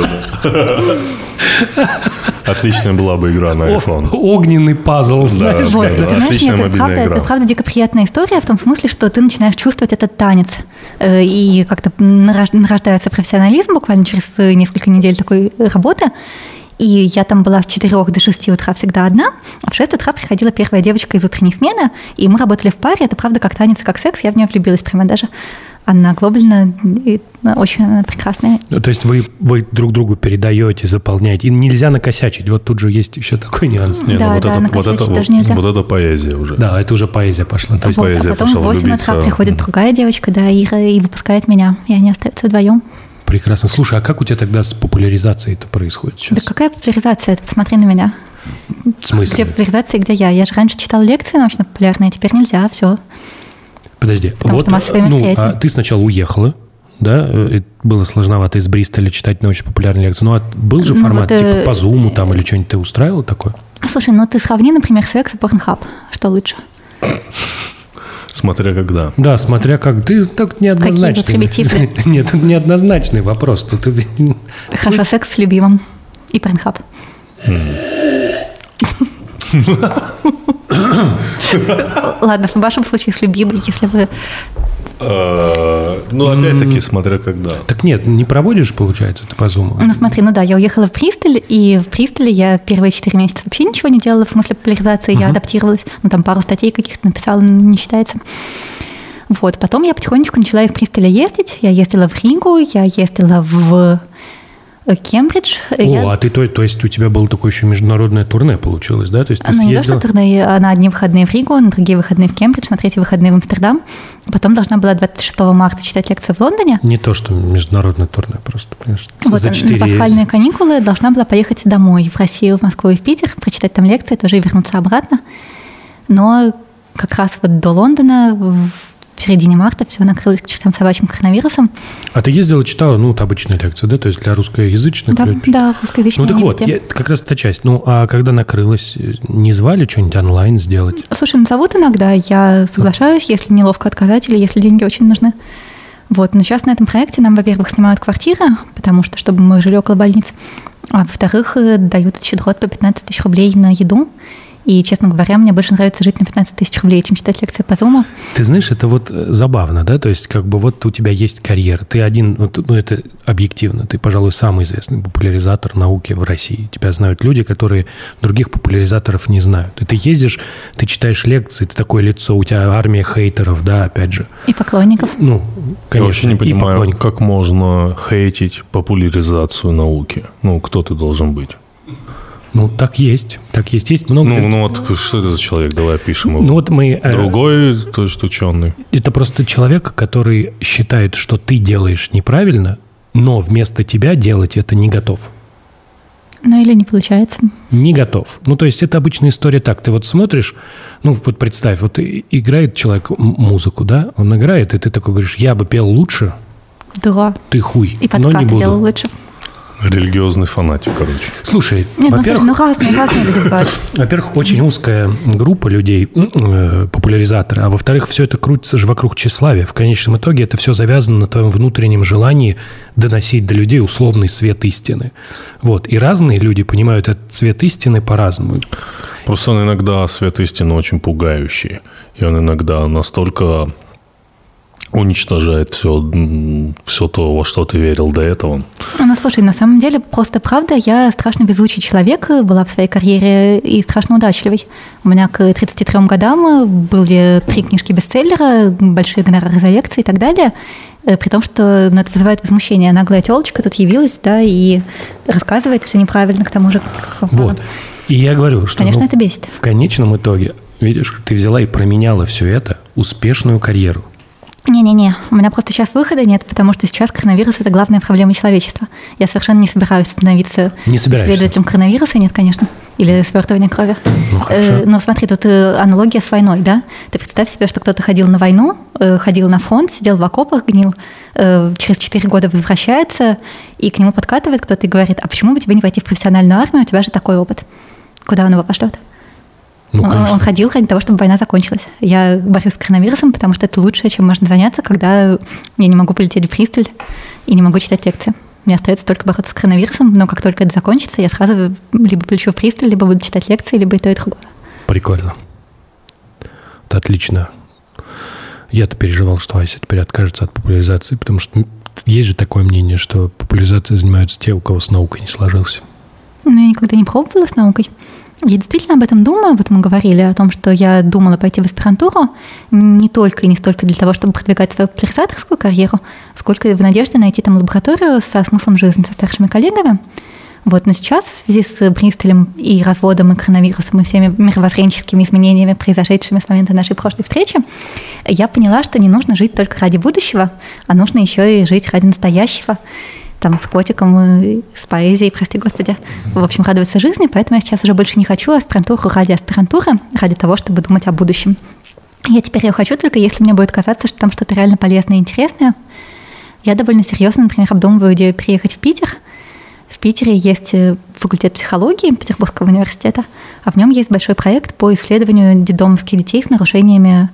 Да. Отличная была бы игра на iPhone. Огненный пазл, знаешь. Вот, ты знаешь, нет, это правда дико приятная история в том смысле, что ты начинаешь чувствовать этот танец, и как-то нарождается профессионализм буквально через несколько недель такой работы. И я там была с 4 до 6 утра всегда одна, а в 6 утра приходила первая девочка из утренней смены, и мы работали в паре. Это правда как танец, как секс. Я в нее влюбилась прямо даже. Она глобально очень прекрасная. То есть вы друг другу передаете, заполняете. И нельзя накосячить. Вот тут же есть еще такой нюанс. Накосячить тоже нельзя. Вот это поэзия уже. Да, это уже поэзия пошла. То есть поэзия пошла. А потом в 8 утра приходит другая девочка, да, Ира, и выпускает меня. И они остаются вдвоем. Прекрасно. Слушай, а как у тебя тогда с популяризацией это происходит сейчас? Да какая популяризация? Ты посмотри на меня. В смысле? Где популяризация, где я? Я же раньше читала лекции научно-популярные, теперь нельзя, все. Подожди. Ты сначала уехала, да? Было сложновато из Бристоля читать научно-популярные лекции. Ну, а был же формат типа по Zoom там или что-нибудь ты устраивала такое? Слушай, ты сравни, например, секс и Pornhub. Что лучше? Смотря когда. Да, смотря как. Ты так неоднозначный. Какие вы примитивные. Нет, тут неоднозначный вопрос. Хорошо, секс с любимым и Pornhub. Ладно, в вашем случае с любимой, если вы... опять-таки, смотря когда. Так нет, не проводишь, получается, ты по Zoom? Смотри, я уехала в Бристоль, и в Бристоле я первые 4 месяца вообще ничего не делала, в смысле популяризации, я адаптировалась. Там пару статей каких-то написала, не считается. Вот, потом я потихонечку начала из Бристоля ездить. Я ездила в Ригу, я ездила в Кембридж. То есть у тебя было такое еще международное турне получилось, да? То есть ты не то, что турне, на одни выходные в Ригу, на другие выходные в Кембридж, на третьи выходные в Амстердам. Потом должна была 26 марта читать лекцию в Лондоне. Не то, что международное турне, просто, понимаешь? Вот, на пасхальные каникулы должна была поехать домой, в Россию, в Москву и в Питер, прочитать там лекции, тоже и вернуться обратно. Но как раз до Лондона в середине марта все накрылось к чертям собачьим коронавирусом. А ты ездила, читала, обычные лекции, да? То есть для русскоязычных людей? Да, русскоязычные. Так вот, как раз эта часть. А когда накрылось, не звали что-нибудь онлайн сделать? Слушай, зовут иногда. Я соглашаюсь, если неловко отказать или если деньги очень нужны. Вот. Но сейчас на этом проекте нам, во-первых, снимают квартиры, потому что, чтобы мы жили около больниц, а во-вторых, дают щедрот по 15 тысяч рублей на еду. И, честно говоря, мне больше нравится жить на 15 тысяч рублей, чем читать лекции по Zoom. Ты знаешь, это забавно, да? То есть, у тебя есть карьера. Ты один, это объективно, ты, пожалуй, самый известный популяризатор науки в России. Тебя знают люди, которые других популяризаторов не знают. И ты ездишь, ты читаешь лекции, ты такое лицо, у тебя армия хейтеров, да, опять же. И поклонников. Конечно. Я вообще не понимаю, как можно хейтить популяризацию науки. Кто ты должен быть? Так есть. Есть много... что это за человек? Давай опишем его. Другой, то есть ученый. Это просто человек, который считает, что ты делаешь неправильно, но вместо тебя делать это не готов. Ну или не получается. Не готов. Ну, то есть это обычная история так. Ты вот смотришь, ну, вот представь, вот играет человек музыку, да? Он играет, и ты такой говоришь, я бы пел лучше. Да. Ты хуй. И подкасты делал лучше. Религиозный фанатик, короче. Слушай, нет, во-первых... разные люди бывают. Во-первых, очень узкая группа людей, популяризаторы, а во-вторых, все это крутится же вокруг тщеславия. В конечном итоге это все завязано на твоем внутреннем желании доносить до людей условный свет истины. Вот. И разные люди понимают этот свет истины по-разному. Просто он иногда свет истины очень пугающий. И он иногда настолько уничтожает все то, во что ты верил до этого. Ну, слушай, на самом деле, просто правда, я страшно везучий человек была в своей карьере и страшно удачливый. У меня к 33 годам были 3 книжки-бестселлера, большие гонорары за лекции и так далее. При том, что это вызывает возмущение. Наглая телочка тут явилась, да, и рассказывает все неправильно к тому же. Вот. И я говорю, что конечно, это бесит. В конечном итоге, видишь, ты взяла и променяла все это успешную карьеру. Не-не-не, у меня просто сейчас выхода нет, потому что сейчас коронавирус – это главная проблема человечества. Я совершенно не собираюсь становиться исследователем коронавируса, нет, конечно, или свертывания крови. Ну, хорошо. Но смотри, тут аналогия с войной, да? Ты представь себе, что кто-то ходил на войну, ходил на фронт, сидел в окопах, гнил, через 4 года возвращается, и к нему подкатывает кто-то и говорит, а почему бы тебе не пойти в профессиональную армию, у тебя же такой опыт. Куда он его пошлет? Ну, он ходил ради того, чтобы война закончилась. Я борюсь с коронавирусом, потому что это лучшее, чем можно заняться, когда я не могу полететь в Бристоль и не могу читать лекции. Мне остается только бороться с коронавирусом, но как только это закончится, я сразу либо полечу в Бристоль, либо буду читать лекции, либо и то, и другое. Прикольно. Это отлично. Я-то переживал, что Ася теперь откажется от популяризации, потому что есть же такое мнение, что популяризацией занимаются те, у кого с наукой не сложился. Ну, я никогда не пробовала с наукой. Я действительно об этом думаю, вот мы говорили о том, что я думала пойти в аспирантуру не только и не столько для того, чтобы продвигать свою популяризаторскую карьеру, сколько в надежде найти там лабораторию со смыслом жизни, со старшими коллегами. Вот, но сейчас в связи с Бристолем и разводом, и коронавирусом, и всеми мировоззренческими изменениями, произошедшими с момента нашей прошлой встречи, я поняла, что не нужно жить только ради будущего, а нужно еще и жить ради настоящего. Там, с котиком, с поэзией, прости господи. В общем, радоваться жизни, поэтому я сейчас уже больше не хочу аспирантуру ради аспирантуры, ради того, чтобы думать о будущем. Я теперь ее хочу только если мне будет казаться, что там что-то реально полезное и интересное. Я довольно серьезно, например, обдумываю идею переехать в Питер. В Питере есть факультет психологии Петербургского университета, а в нем есть большой проект по исследованию детдомовских детей с нарушениями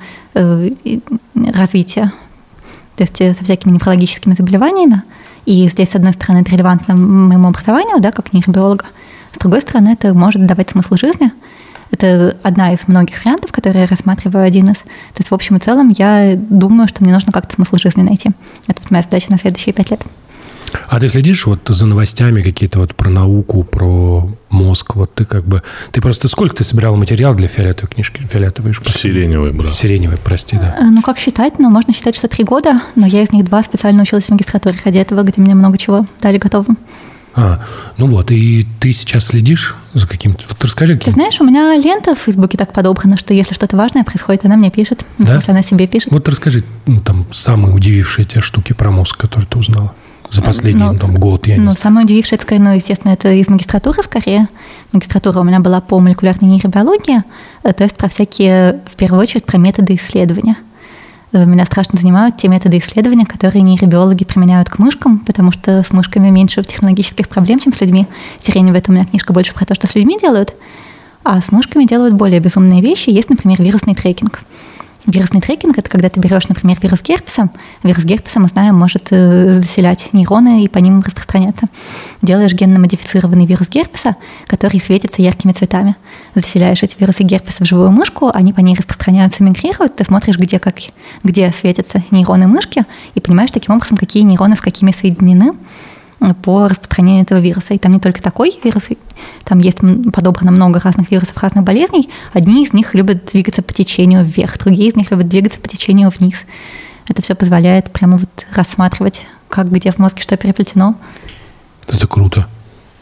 развития, то есть со всякими неврологическими заболеваниями. И здесь, с одной стороны, это релевантно моему образованию, да, как нейробиолога. С другой стороны, это может давать смысл жизни. Это одна из многих вариантов, которые я рассматриваю, один из. То есть, в общем и целом, я думаю, что мне нужно как-то смысл жизни найти. Это моя задача на следующие 5 лет. А ты следишь вот за новостями какие-то вот про науку, про мозг? Вот ты как бы... Ты просто сколько ты собирал материал для фиолетовой книжки? Фиолетовой, сиреневой, брат. Сиреневой, прости, да. Ну, как считать? Ну, можно считать, что 3 года, но я из них 2 специально училась в магистратуре ради этого, где мне много чего дали готовым. Ну вот, и ты сейчас следишь за каким-то... Вот расскажи, каким... Ты знаешь, у меня лента в Фейсбуке так подобрана, что если что-то важное происходит, она мне пишет. Да? Если она себе пишет. Вот расскажи, там, самые удивившие тебя штуки про мозг, которые ты узнала за последний год, я не знаю. Самое удивившее, естественно, это из магистратуры скорее. Магистратура у меня была по молекулярной нейробиологии, то есть про всякие, в первую очередь, про методы исследования. Меня страшно занимают те методы исследования, которые нейробиологи применяют к мышкам, потому что с мышками меньше технологических проблем, чем с людьми. Сиреневая — это у меня книжка больше про то, что с людьми делают, а с мышками делают более безумные вещи. Есть, например, вирусный трекинг. Вирусный трекинг – это когда ты берешь, например, вирус герпеса. Вирус герпеса, мы знаем, может заселять нейроны и по ним распространяться. Делаешь генно-модифицированный вирус герпеса, который светится яркими цветами. Заселяешь эти вирусы герпеса в живую мышку, они по ней распространяются, мигрируют. Ты смотришь, где светятся нейроны мышки, и понимаешь таким образом, какие нейроны с какими соединены по распространению этого вируса. И там не только такой вирус, там есть подобрано много разных вирусов, разных болезней. Одни из них любят двигаться по течению вверх, другие из них любят двигаться по течению вниз. Это все позволяет прямо вот рассматривать, как, где в мозге что переплетено. Это круто.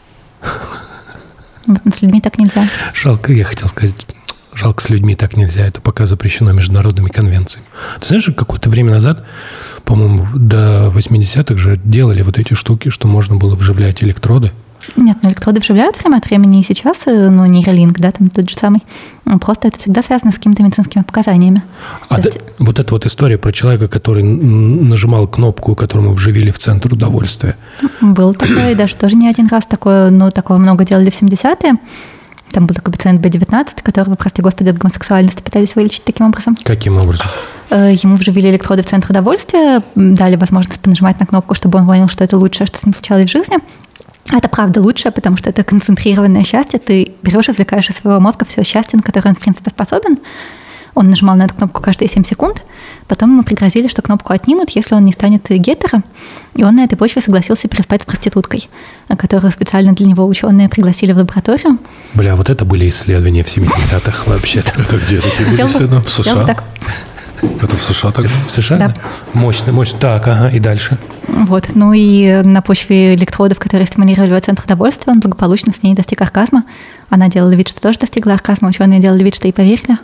Вот, с людьми так нельзя. Жалко, я хотел сказать... Жалко, с людьми так нельзя, это пока запрещено международными конвенциями. Ты знаешь, какое-то время назад, по-моему, до 80-х же делали вот эти штуки, что можно было вживлять электроды. Нет, но электроды вживляют время от времени и сейчас, но нейролинк, да, там тот же самый. Просто это всегда связано с какими-то медицинскими показаниями. Вот эта вот история про человека, который нажимал кнопку, которому вживили в центр удовольствия. Был такой, даже тоже не один раз такое, но такого много делали в 70-е. Там был такой пациент B19, которого, прости господи, от гомосексуальности пытались вылечить таким образом. Каким образом? Ему вживили электроды в центр удовольствия, дали возможность понажимать на кнопку, чтобы он понял, что это лучшее, что с ним случалось в жизни. Это правда лучшее, потому что это концентрированное счастье. Ты берешь, извлекаешь из своего мозга все счастье, на которое он, в принципе, способен. Он нажимал на эту кнопку каждые 7 секунд. Потом ему пригрозили, что кнопку отнимут, если он не станет гетеро. И он на этой почве согласился переспать с проституткой, которую специально для него ученые пригласили в лабораторию. Бля, вот это были исследования в 70-х вообще-то. Это где такие были исследования? В США? Это в США так? В США? Да. Мощно. Так, ага, и дальше? Вот, ну и на почве электродов, которые стимулировали его центр удовольствия, он благополучно с ней достиг оргазма. Она делала вид, что тоже достигла оргазма, ученые делали вид, что ей поверили.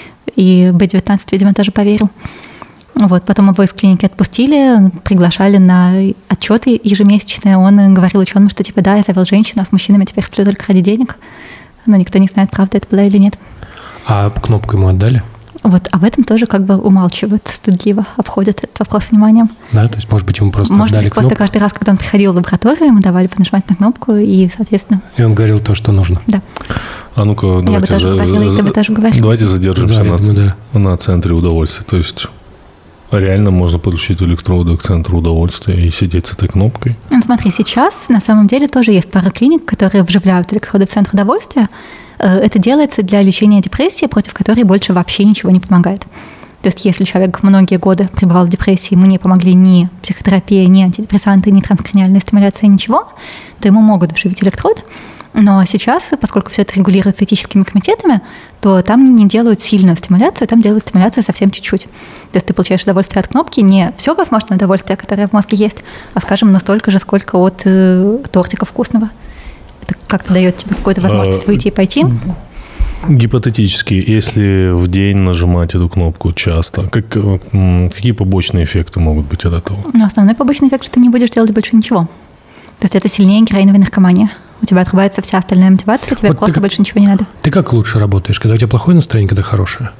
И B19, видимо, тоже поверил. Вот, потом его из клиники отпустили, приглашали на отчеты ежемесячные. Он говорил ученым, что типа да, я завел женщину, а с мужчинами теперь сплю только ради денег. Но никто не знает, правда это было или нет. А кнопку ему отдали? Вот об этом тоже как бы умалчивают, стыдливо обходят этот вопрос вниманием. Да, то есть, может быть, ему просто может отдали быть, кнопку? просто каждый раз, когда он приходил в лабораторию, ему давали понажимать на кнопку, и, соответственно... И он говорил то, что нужно? Да. А ну-ка, давайте задержимся на центре удовольствия. То есть реально можно подключить электроды к центру удовольствия и сидеть с этой кнопкой? Ну, смотри, сейчас на самом деле тоже есть пара клиник, которые вживляют электроды в центр удовольствия. Это делается для лечения депрессии, против которой больше вообще ничего не помогает. То есть если человек многие годы пребывал в депрессии, ему не помогли ни психотерапия, ни антидепрессанты, ни транскраниальная стимуляция, ничего, то ему могут вживить электрод. Но сейчас, поскольку все это регулируется этическими комитетами, то там не делают сильную стимуляцию, там делают стимуляцию совсем чуть-чуть. То есть ты получаешь удовольствие от кнопки, не все возможное удовольствие, которое в мозге есть, а, скажем, настолько же, сколько от тортика вкусного. Это как-то дает тебе какую-то возможность выйти и пойти. Гипотетически, если в день нажимать эту кнопку часто, какие побочные эффекты могут быть от этого? Ну, основной побочный эффект, что ты не будешь делать больше ничего. То есть это сильнее героиновой наркомании. У тебя отрубается вся остальная мотивация, тебе вот просто больше ничего не надо. Ты как лучше работаешь? Когда у тебя плохое настроение, когда хорошее?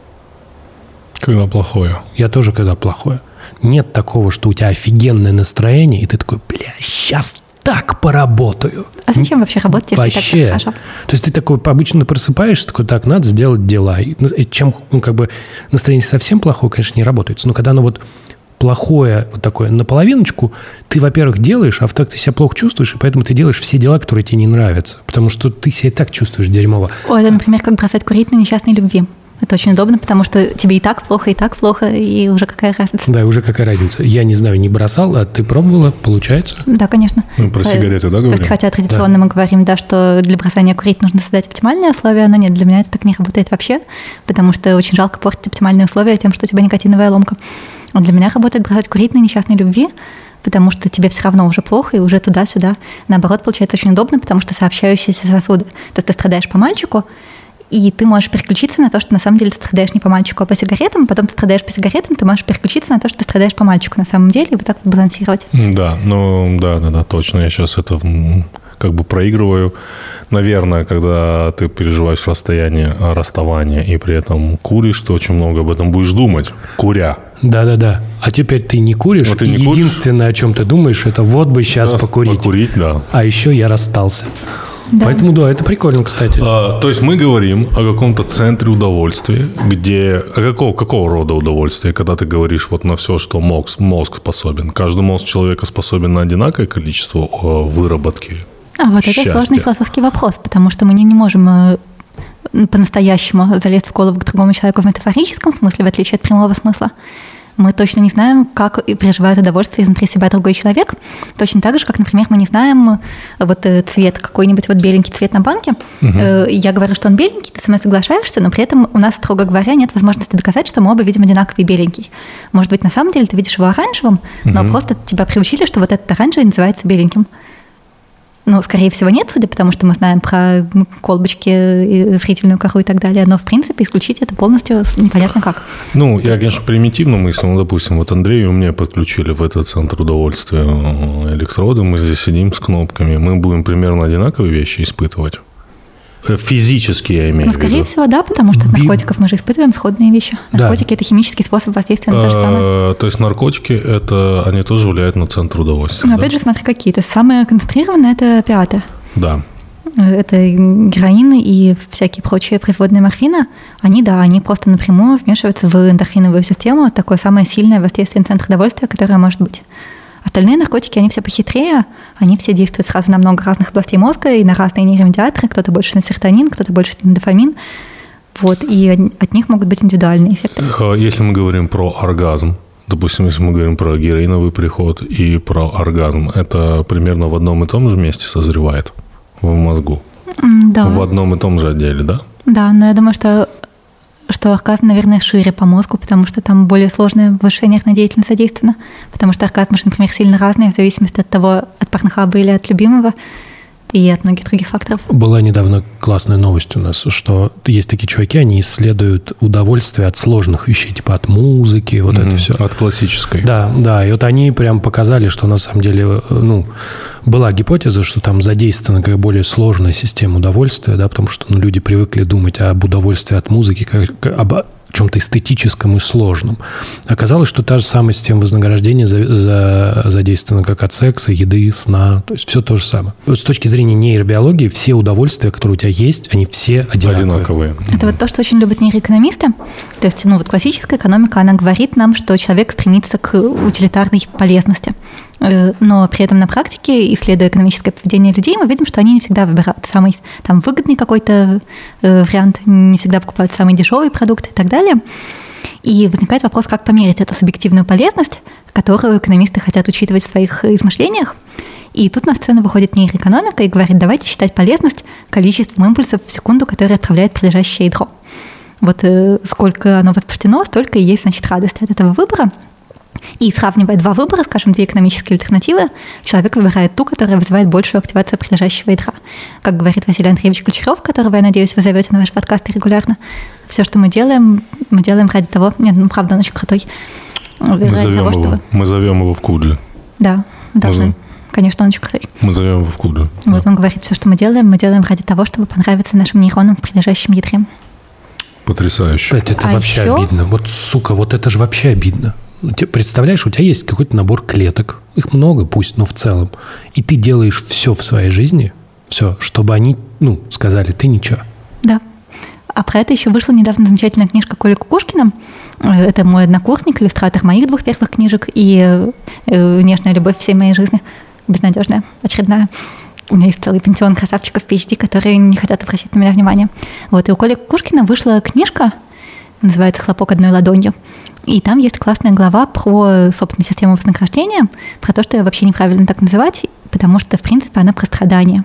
Когда плохое. Я тоже, когда плохое. Нет такого, что у тебя офигенное настроение, и ты такой, бля, сейчас так поработаю. А зачем вообще работать, если вообще так хорошо? То есть ты такой обычно просыпаешься, такой, так, надо сделать дела. И чем настроение совсем плохое, конечно, не работает. Но когда оно вот плохое, вот такое, наполовиночку, ты, во-первых, делаешь, а во-вторых, ты себя плохо чувствуешь, и поэтому ты делаешь все дела, которые тебе не нравятся. Потому что ты себя и так чувствуешь дерьмово. Ой, это, например, как бросать курить на несчастной любви. Это очень удобно, потому что тебе и так плохо, и уже какая разница. Да, и уже какая разница. Я не знаю, не бросал, а ты пробовала, получается? Да, конечно. Мы про сигареты, да, говорим? То есть, хотя традиционно мы говорим, да, что для бросания курить нужно создать оптимальные условия, но нет, для меня это так не работает вообще, потому что очень жалко портить оптимальные условия тем, что у тебя никотиновая ломка. А для меня работает бросать курить на несчастной любви, потому что тебе все равно уже плохо, и уже туда-сюда. Наоборот, получается очень удобно, потому что сообщающиеся сосуды. То есть ты страдаешь по мальчику, и ты можешь переключиться на то, что на самом деле ты страдаешь не по мальчику, а по сигаретам, потом ты страдаешь по сигаретам, ты можешь переключиться на то, что ты страдаешь по мальчику на самом деле, и вот так вот балансировать. Да, да, точно. Я сейчас это как бы проигрываю. Наверное, когда ты переживаешь расставание и при этом куришь, ты очень много об этом будешь думать, куря. Да. А теперь ты не куришь, и единственное, о чем ты думаешь, это вот бы сейчас покурить. Покурить, да. А еще я расстался. Да. Поэтому, да, это прикольно, кстати. То есть мы говорим о каком-то центре удовольствия, где... Какого рода удовольствия, когда ты говоришь вот на все, что мозг способен? Каждый мозг человека способен на одинаковое количество выработки счастья. Это сложный философский вопрос, потому что мы не можем по-настоящему залезть в голову к другому человеку в метафорическом смысле, в отличие от прямого смысла. Мы точно не знаем, как переживает удовольствие изнутри себя другой человек. Точно так же, как, например, мы не знаем вот цвет, какой-нибудь вот беленький цвет на банке. Угу. Я говорю, что он беленький, ты со мной соглашаешься, но при этом у нас, строго говоря, нет возможности доказать, что мы оба видим одинаковый беленький. Может быть, на самом деле ты видишь его оранжевым, но просто тебя приучили, что вот этот оранжевый называется беленьким. Ну, скорее всего, нет, судя по тому, что мы знаем про колбочки, зрительную кору и так далее. Но, в принципе, исключить это полностью непонятно как. Ну, я, конечно, примитивно мыслю. Ну, допустим, вот Андрею и мне подключили в этот центр удовольствия электроды. Мы здесь сидим с кнопками. Мы будем примерно одинаковые вещи испытывать. Физически, я имею в виду. Ну, скорее всего, да, потому что от наркотиков мы же испытываем сходные вещи. Наркотики – это химический способ воздействия на то же самое. То есть наркотики, они тоже влияют на центр удовольствия. Но опять же, смотри, какие. То есть самые концентрированные – это опиаты. Да. Это героин и всякие прочие производные морфина. Они просто напрямую вмешиваются в эндорфиновую систему. Такое самое сильное воздействие на центр удовольствия, которое может быть. Остальные наркотики, они все похитрее, они все действуют сразу на много разных областей мозга и на разные нейромедиаторы, кто-то больше на серотонин, кто-то больше на дофамин, вот, и от них могут быть индивидуальные эффекты. Если мы говорим про оргазм, допустим, если мы говорим про героиновый приход и про оргазм, это примерно в одном и том же месте созревает в мозгу? Да. В одном и том же отделе, да? Да, но я думаю, что оргазм, наверное, шире по мозгу, потому что там более сложное повышение нервной деятельности задействовано. Потому что оргазмы, например, сильно разные в зависимости от того, от порнохаба или от любимого, и от многих других факторов. Была недавно классная новость у нас, что есть такие чуваки, они исследуют удовольствие от сложных вещей, типа от музыки, вот это все. От классической. Да, и вот они прям показали, что на самом деле, была гипотеза, что там задействована как более сложная система удовольствия, да, потому что люди привыкли думать об удовольствии от музыки как об чем-то эстетическом и сложном. Оказалось, что та же самая система вознаграждения задействована как от секса, еды, сна, то есть все то же самое. Вот с точки зрения нейробиологии все удовольствия, которые у тебя есть, они все одинаковые. Это вот то, что очень любят нейроэкономисты. То есть, вот классическая экономика, она говорит нам, что человек стремится к утилитарной полезности. Но при этом на практике, исследуя экономическое поведение людей, мы видим, что они не всегда выбирают самый там выгодный какой-то вариант, не всегда покупают самый дешевый продукт и так далее. И возникает вопрос, как померить эту субъективную полезность, которую экономисты хотят учитывать в своих измышлениях. И тут на сцену выходит нейроэкономика и говорит, давайте считать полезность количеством импульсов в секунду, которые отправляет прилежащее ядро. Вот сколько оно возбуждено, столько и есть, значит, радость от этого выбора. И сравнивая два выбора, скажем, две экономические альтернативы, человек выбирает ту, которая вызывает большую активацию прилежащего ядра. Как говорит Василий Андреевич Ключарев, которого, я надеюсь, вы зовете на ваш подкаст регулярно, все, что мы делаем ради того... Нет, правда, он очень крутой. Мы зовем его в Куджи. Да, должны. Конечно, он очень крутой. Мы зовем его в Куджи. Вот он говорит, все, что мы делаем ради того, чтобы понравиться нашим нейронам в прилежащем ядре. Потрясающе. Это вообще обидно. Вот, сука, вот это же вообще обидно. Ты представляешь, у тебя есть какой-то набор клеток, их много, пусть, но в целом, и ты делаешь все в своей жизни, все, чтобы они, сказали, ты ничего. Да. А про это еще вышла недавно замечательная книжка Коли Кукушкина. Это мой однокурсник, иллюстратор моих 2 первых книжек и «Нежная любовь всей моей жизни». Безнадежная, очередная. У меня есть целый пансион красавчиков PhD, которые не хотят обращать на меня внимание. Вот, и у Коли Кукушкина вышла книжка, называется «Хлопок одной ладонью». И там есть классная глава про, собственно, систему вознаграждения, про то, что ее вообще неправильно так называть, потому что, в принципе, она про страдания.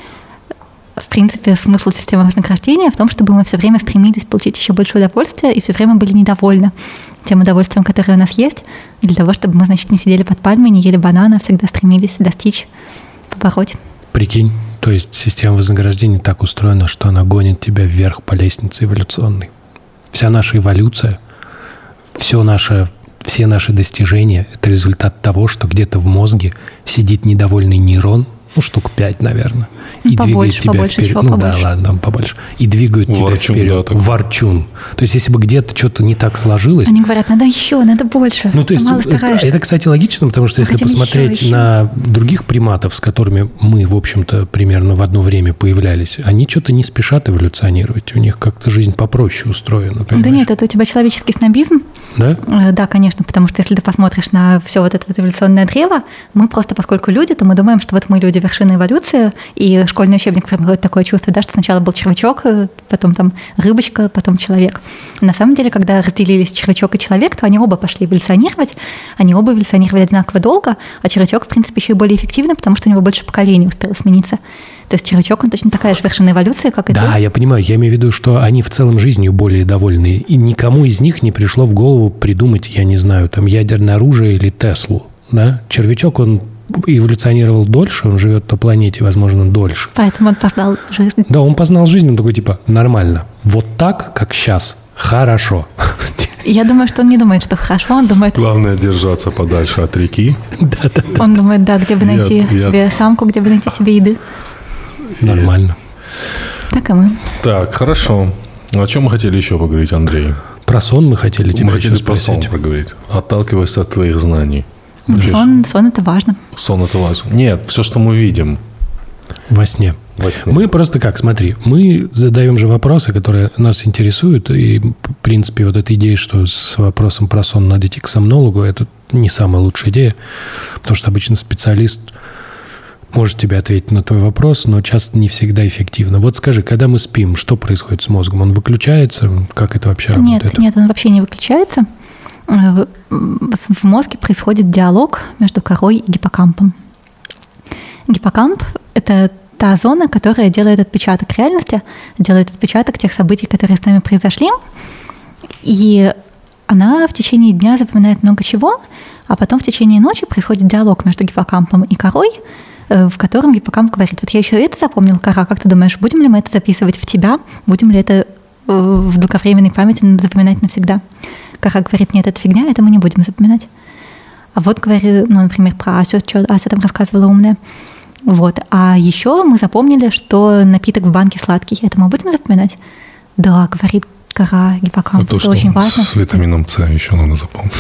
В принципе, смысл системы вознаграждения в том, чтобы мы все время стремились получить еще больше удовольствия и все время были недовольны тем удовольствием, которое у нас есть, для того, чтобы мы, значит, не сидели под пальмой, не ели банана, всегда стремились достичь, побороть. Прикинь, то есть система вознаграждения так устроена, что она гонит тебя вверх по лестнице эволюционной. Вся наша эволюция, все наши достижения – это результат того, что где-то в мозге сидит недовольный нейрон, штук 5, наверное, и двигает тебя вперед. Побольше. Да, ладно, побольше. И двигают тебя вперед. Да, ворчун. То есть, если бы где-то что-то не так сложилось... Они говорят, надо еще, надо больше. То есть, это, кстати, логично, потому что если посмотреть на других приматов, с которыми мы, в общем-то, примерно в одно время появлялись, они что-то не спешат эволюционировать. У них как-то жизнь попроще устроена. Понимаешь? Да нет, это у тебя человеческий снобизм. Да? Да, конечно, потому что если ты посмотришь на все вот это вот эволюционное древо, мы просто, поскольку люди, то мы думаем, что вот мы люди вершина эволюции, и школьный учебник формирует такое чувство, да, что сначала был червячок, потом там рыбочка, потом человек. На самом деле, когда разделились червячок и человек, то они оба пошли эволюционировать, они оба эволюционировали одинаково долго, а червячок, в принципе, еще и более эффективный, потому что у него больше поколений успело смениться. То есть червячок, он точно такая же вершина эволюции, как и ты. Да, я понимаю. Я имею в виду, что они в целом жизнью более довольны. И никому из них не пришло в голову придумать, я не знаю, там ядерное оружие или Теслу. Да? Червячок, он эволюционировал дольше, он живет на планете, возможно, дольше. Поэтому он познал жизнь. Да, он познал жизнь, он такой, типа, нормально. Вот так, как сейчас, хорошо. Я думаю, что он не думает, что хорошо, он думает... Главное держаться подальше от реки. Да. Он думает, да, где бы найти себе самку, где бы найти себе еды. Нормально. Так и мы. Так, хорошо. О чем мы хотели еще поговорить, Андрей? Про сон мы хотели тебя еще про сон спросить. поговорить. Отталкиваясь от твоих знаний. Сон это важно. Сон это важно. Нет, все, что мы видим. Во сне. Мы просто как, смотри, мы задаем же вопросы, которые нас интересуют, и, в принципе, вот эта идея, что с вопросом про сон надо идти к сомнологу, это не самая лучшая идея, потому что обычно специалист может тебе ответить на твой вопрос, но часто не всегда эффективно. Вот скажи, когда мы спим, что происходит с мозгом? Он выключается? Как это вообще работает? Нет, он вообще не выключается. В мозге происходит диалог между корой и гиппокампом. Гиппокамп – это та зона, которая делает отпечаток реальности, делает отпечаток тех событий, которые с нами произошли. И она в течение дня запоминает много чего, а потом в течение ночи происходит диалог между гиппокампом и корой, в котором гиппокамп говорит: вот я еще это запомнил, кора, как ты думаешь, будем ли мы это записывать в тебя, будем ли это в долговременной памяти запоминать навсегда? Кора говорит: нет, это фигня, это мы не будем запоминать. А вот говорю, например, про Асю, что Ася там рассказывала умная. Вот. А еще мы запомнили, что напиток в банке сладкий. Это мы будем запоминать? Да, говорит кора, гиппокамп. Это очень важно. С витамином С еще надо запомнить.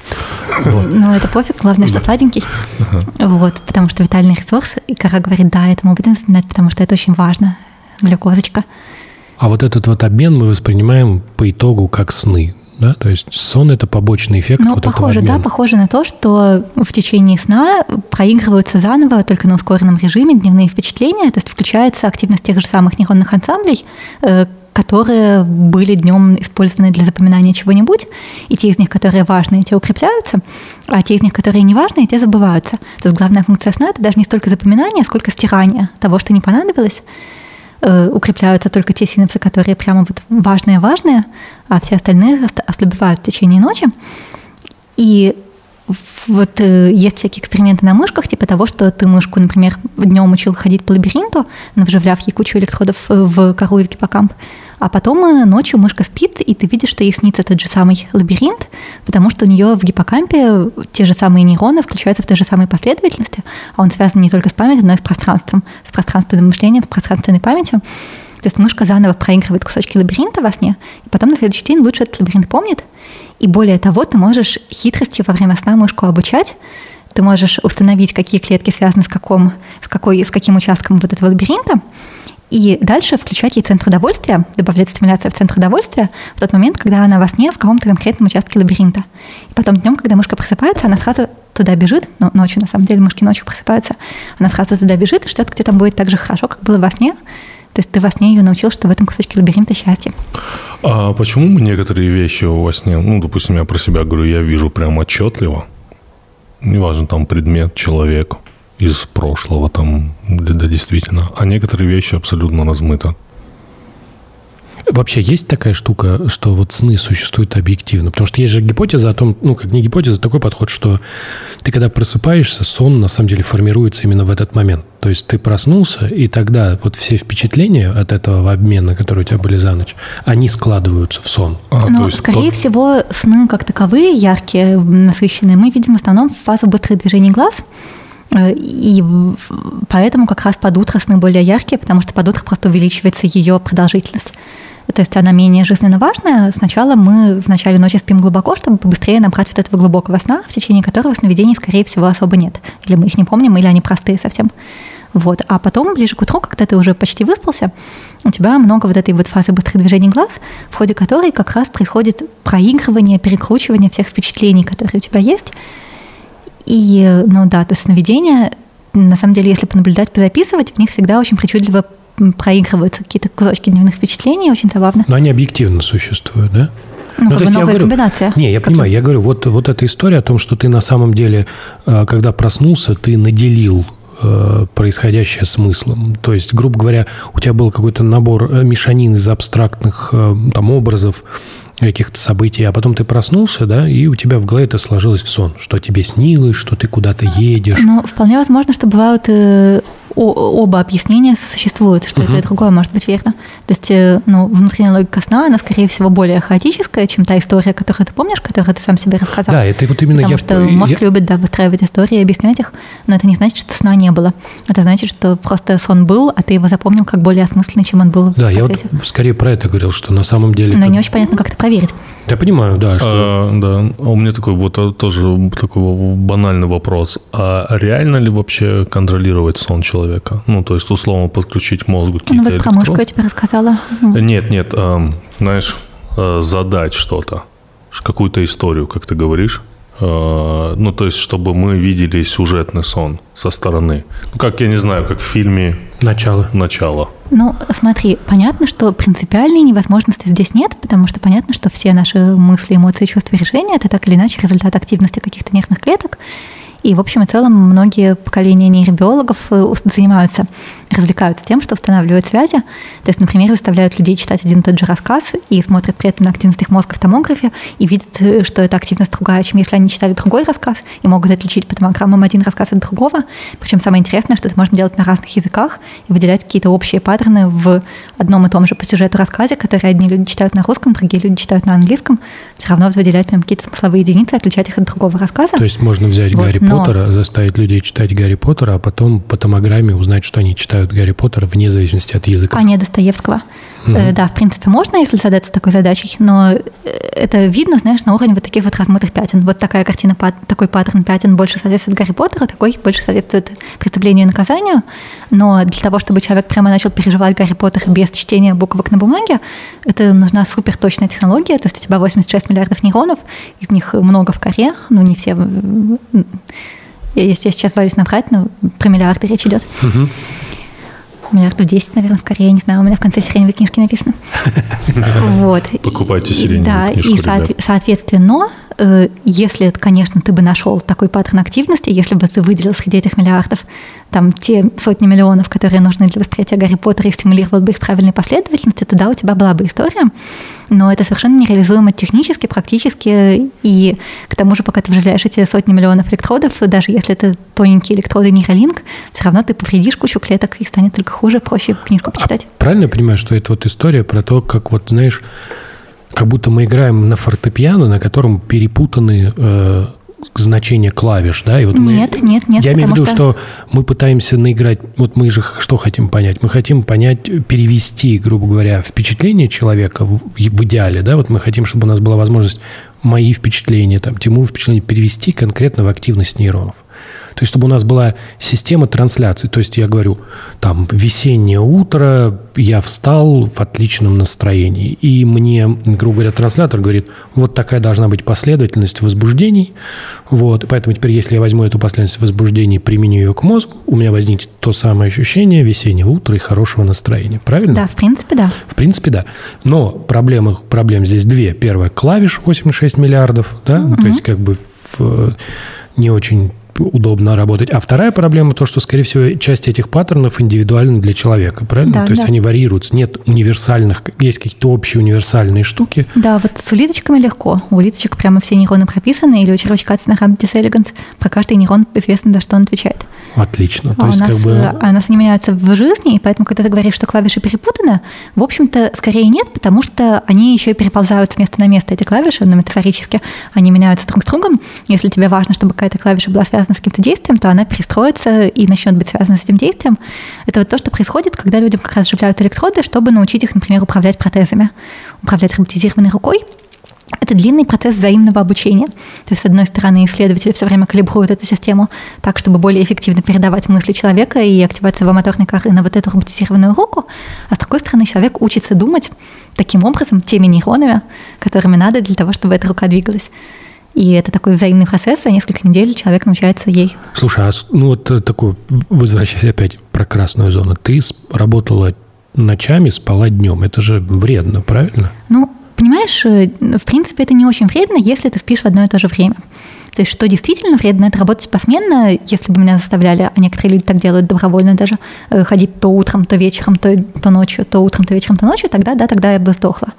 Ну, это пофиг, главное, что сладенький. Вот, потому что витальный ресурс. И кора говорит: да, это мы будем запоминать, потому что это очень важно. Глюкозочка. А вот этот вот обмен мы воспринимаем по итогу как сны. Да? То есть сон – это побочный эффект вот похоже, этого обмена. Да, похоже на то, что в течение сна проигрываются заново, только на ускоренном режиме, дневные впечатления, то есть включается активность тех же самых нейронных ансамблей, которые были днем использованы для запоминания чего-нибудь, и те из них, которые важные, те укрепляются, а те из них, которые не важные, те забываются. То есть главная функция сна – это даже не столько запоминание, сколько стирание того, что не понадобилось. Укрепляются только те синапсы, которые прямо вот важные, а все остальные ослабевают в течение ночи. И вот есть всякие эксперименты на мышках, типа того, что ты мышку, например, днем учил ходить по лабиринту, вживляв ей кучу электродов в кору и в гиппокамп, а потом ночью мышка спит, и ты видишь, что ей снится тот же самый лабиринт, потому что у нее в гиппокампе те же самые нейроны включаются в той же самой последовательности, а он связан не только с памятью, но и с пространством, с пространственным мышлением, с пространственной памятью. То есть мышка заново проигрывает кусочки лабиринта во сне, и потом на следующий день лучше этот лабиринт помнит. И более того, ты можешь хитростью во время сна мышку обучать, ты можешь установить, какие клетки связаны с каким участком вот этого лабиринта, и дальше включать ей центр удовольствия, добавлять стимуляцию в центр удовольствия в тот момент, когда она во сне в каком-то конкретном участке лабиринта. И потом днем, когда мышка просыпается, она сразу туда бежит, но ночью, на самом деле, мышки ночью просыпаются, она сразу туда бежит и ждет, где там будет так же хорошо, как было во сне. То есть ты во сне ее научил, что в этом кусочке лабиринта счастье. А почему мы некоторые вещи во сне, допустим, я про себя говорю, я вижу прям отчетливо, неважно, там предмет, человек из прошлого, там, да, действительно, а некоторые вещи абсолютно размыто. Вообще есть такая штука, что вот сны существуют объективно? Потому что есть же гипотеза о том, как не гипотеза, такой подход, что ты когда просыпаешься, сон на самом деле формируется именно в этот момент. То есть ты проснулся, и тогда вот все впечатления от этого обмена, которые у тебя были за ночь, они складываются в сон. Но, скорее всего, сны как таковые, яркие, насыщенные, мы видим в основном в фазу быстрых движений глаз. И поэтому как раз под утро сны более яркие, потому что под утро просто увеличивается ее продолжительность. То есть она менее жизненно важная. Сначала мы в начале ночи спим глубоко, чтобы побыстрее набрать вот этого глубокого сна, в течение которого сновидений, скорее всего, особо нет. Или мы их не помним, или они простые совсем. Вот. А потом, ближе к утру, когда ты уже почти выспался, у тебя много вот этой вот фазы быстрых движений глаз, в ходе которой как раз происходит проигрывание, перекручивание всех впечатлений, которые у тебя есть. И, то есть сновидения, на самом деле, если понаблюдать, позаписывать, в них всегда очень причудливо проигрываются какие-то кусочки дневных впечатлений, очень забавно. Но они объективно существуют, да? То есть новая комбинация. Не, я понимаю, я говорю, вот эта история о том, что ты на самом деле, когда проснулся, ты наделил происходящее смыслом. То есть, грубо говоря, у тебя был какой-то набор мешанин из абстрактных там образов, каких-то событий, а потом ты проснулся, да, и у тебя в голове это сложилось в сон, что тебе снилось, что ты куда-то едешь. Ну, вполне возможно, что бывают оба объяснения существуют, что это и другое может быть верно. То есть, внутренняя логика сна, она, скорее всего, более хаотическая, чем та история, которую ты помнишь, которую ты сам себе рассказал. Да, это вот именно Потому что мозг любит, выстраивать истории и объяснять их, но это не значит, что сна не было. Это значит, что просто сон был, а ты его запомнил как более осмысленный, чем он был в процессе. Я вот скорее про это говорил, что на самом деле... Но не очень понятно, как это проверить. Я понимаю, да. Что... Да. У меня такой тоже такой банальный вопрос. А реально ли вообще контролировать сон человека? Ну, то есть, условно, подключить мозгу какие-то электроды? Про мышку я тебе рассказала. Нет. Знаешь, задать что-то, какую-то историю, как ты говоришь. Ну, то есть, чтобы мы видели сюжетный сон со стороны. Ну, как, я не знаю, как в фильме «Начало». Ну, смотри, понятно, что принципиальной невозможности здесь нет, потому что понятно, что все наши мысли, эмоции, чувства и решения – это так или иначе результат активности каких-то нервных клеток. И, в общем и целом, многие поколения нейробиологов развлекаются тем, что устанавливают связи. То есть, например, заставляют людей читать один и тот же рассказ и смотрят при этом на активность их мозга в томографе и видят, что эта активность другая, чем если они читали другой рассказ, и могут отличить по томограммам один рассказ от другого. Причем самое интересное, что это можно делать на разных языках и выделять какие-то общие паттерны в одном и том же по сюжету рассказе, которые одни люди читают на русском, другие люди читают на английском. Все равно выделять прям какие-то смысловые единицы, отличать их от другого рассказа. То есть можно взять Гарри Поттера, заставить людей читать Гарри Поттера, а потом по томограмме узнать, что они читают Гарри Поттера вне зависимости от языка. А не Достоевского. Да, в принципе, можно, если задаться такой задачей, но это видно, знаешь, на уровне вот таких вот размытых пятен. Вот такая картина, такой паттерн пятен больше соответствует Гарри Поттеру, такой больше соответствует преступлению и наказанию. Но для того, чтобы человек прямо начал переживать Гарри Поттера без чтения буквок на бумаге, это нужна суперточная технология. То есть у тебя 86 миллиардов нейронов, из них много в коре, ну не все. Я сейчас боюсь набрать, но про миллиарды речь идет. Миллиардов 10, наверное, в коре, я не знаю, у меня в конце сиреневой книжки написано. Вот. Покупайте сиреневую книжку, ребят. И, соответственно, если, конечно, ты бы нашел такой паттерн активности, если бы ты выделил среди этих миллиардов там те сотни миллионов, которые нужны для восприятия Гарри Поттера, и стимулировал бы их правильной последовательности, то да, у тебя была бы история. Но это совершенно нереализуемо технически, практически, и к тому же, пока ты вживляешь эти сотни миллионов электродов, даже если это тоненькие электроды нейролинк, все равно ты повредишь кучу клеток, и станет только хуже, проще книжку почитать. Правильно я понимаю, что это вот история про то, как вот, знаешь, как будто мы играем на фортепиано, на котором перепутаны значения клавиш, да? И вот нет. Я имею в виду, что мы пытаемся наиграть, вот мы же что хотим понять? Мы хотим понять, перевести, грубо говоря, впечатление человека в идеале, да? Вот мы хотим, чтобы у нас была возможность мои впечатления, там, Тимур впечатления перевести конкретно в активность нейронов. То есть, чтобы у нас была система трансляции. То есть, я говорю, там, весеннее утро, я встал в отличном настроении. И мне, грубо говоря, транслятор говорит, вот такая должна быть последовательность возбуждений. Вот. Поэтому теперь, если я возьму эту последовательность возбуждений, применю ее к мозгу, у меня возникнет то самое ощущение весеннего утра и хорошего настроения. Правильно? Да, в принципе, да. В принципе, да. Но проблем здесь две. Первая, клавиш 86 миллиардов, да? То есть, как бы не очень удобно работать. А вторая проблема то, что, скорее всего, часть этих паттернов индивидуальны для человека, правильно? Да, то есть они варьируются. Нет универсальных, есть какие-то общие универсальные штуки. Да, вот с улиточками легко. У улиточек прямо все нейроны прописаны, или у червячка Цинерhabditis elegans про каждый нейрон известно, за что он отвечает. Отлично. То есть, у нас они меняются в жизни, и поэтому, когда ты говоришь, что клавиши перепутаны, в общем-то, скорее нет, потому что они еще и переползают с места на место, эти клавиши, но метафорически они меняются друг с другом. Если тебе важно, чтобы какая-то клавиша была связана с каким-то действием, то она перестроится и начнет быть связана с этим действием. Это вот то, что происходит, когда людям как раз вживляют электроды, чтобы научить их, например, управлять протезами, управлять роботизированной рукой. Это длинный процесс взаимного обучения. То есть, с одной стороны, исследователи все время калибруют эту систему так, чтобы более эффективно передавать мысли человека и активация моторной коры на вот эту роботизированную руку, а с другой стороны, человек учится думать таким образом, теми нейронами, которыми надо для того, чтобы эта рука двигалась. И это такой взаимный процесс, за несколько недель человек научается ей. Слушай, вот такой, возвращаясь опять про красную зону, ты работала ночами, спала днем. Это же вредно, правильно? Понимаешь, в принципе, это не очень вредно, если ты спишь в одно и то же время. То есть, что действительно вредно, это работать посменно, если бы меня заставляли, а некоторые люди так делают добровольно даже, ходить то утром, то вечером, то ночью, то утром, то вечером, то ночью, тогда я бы сдохла.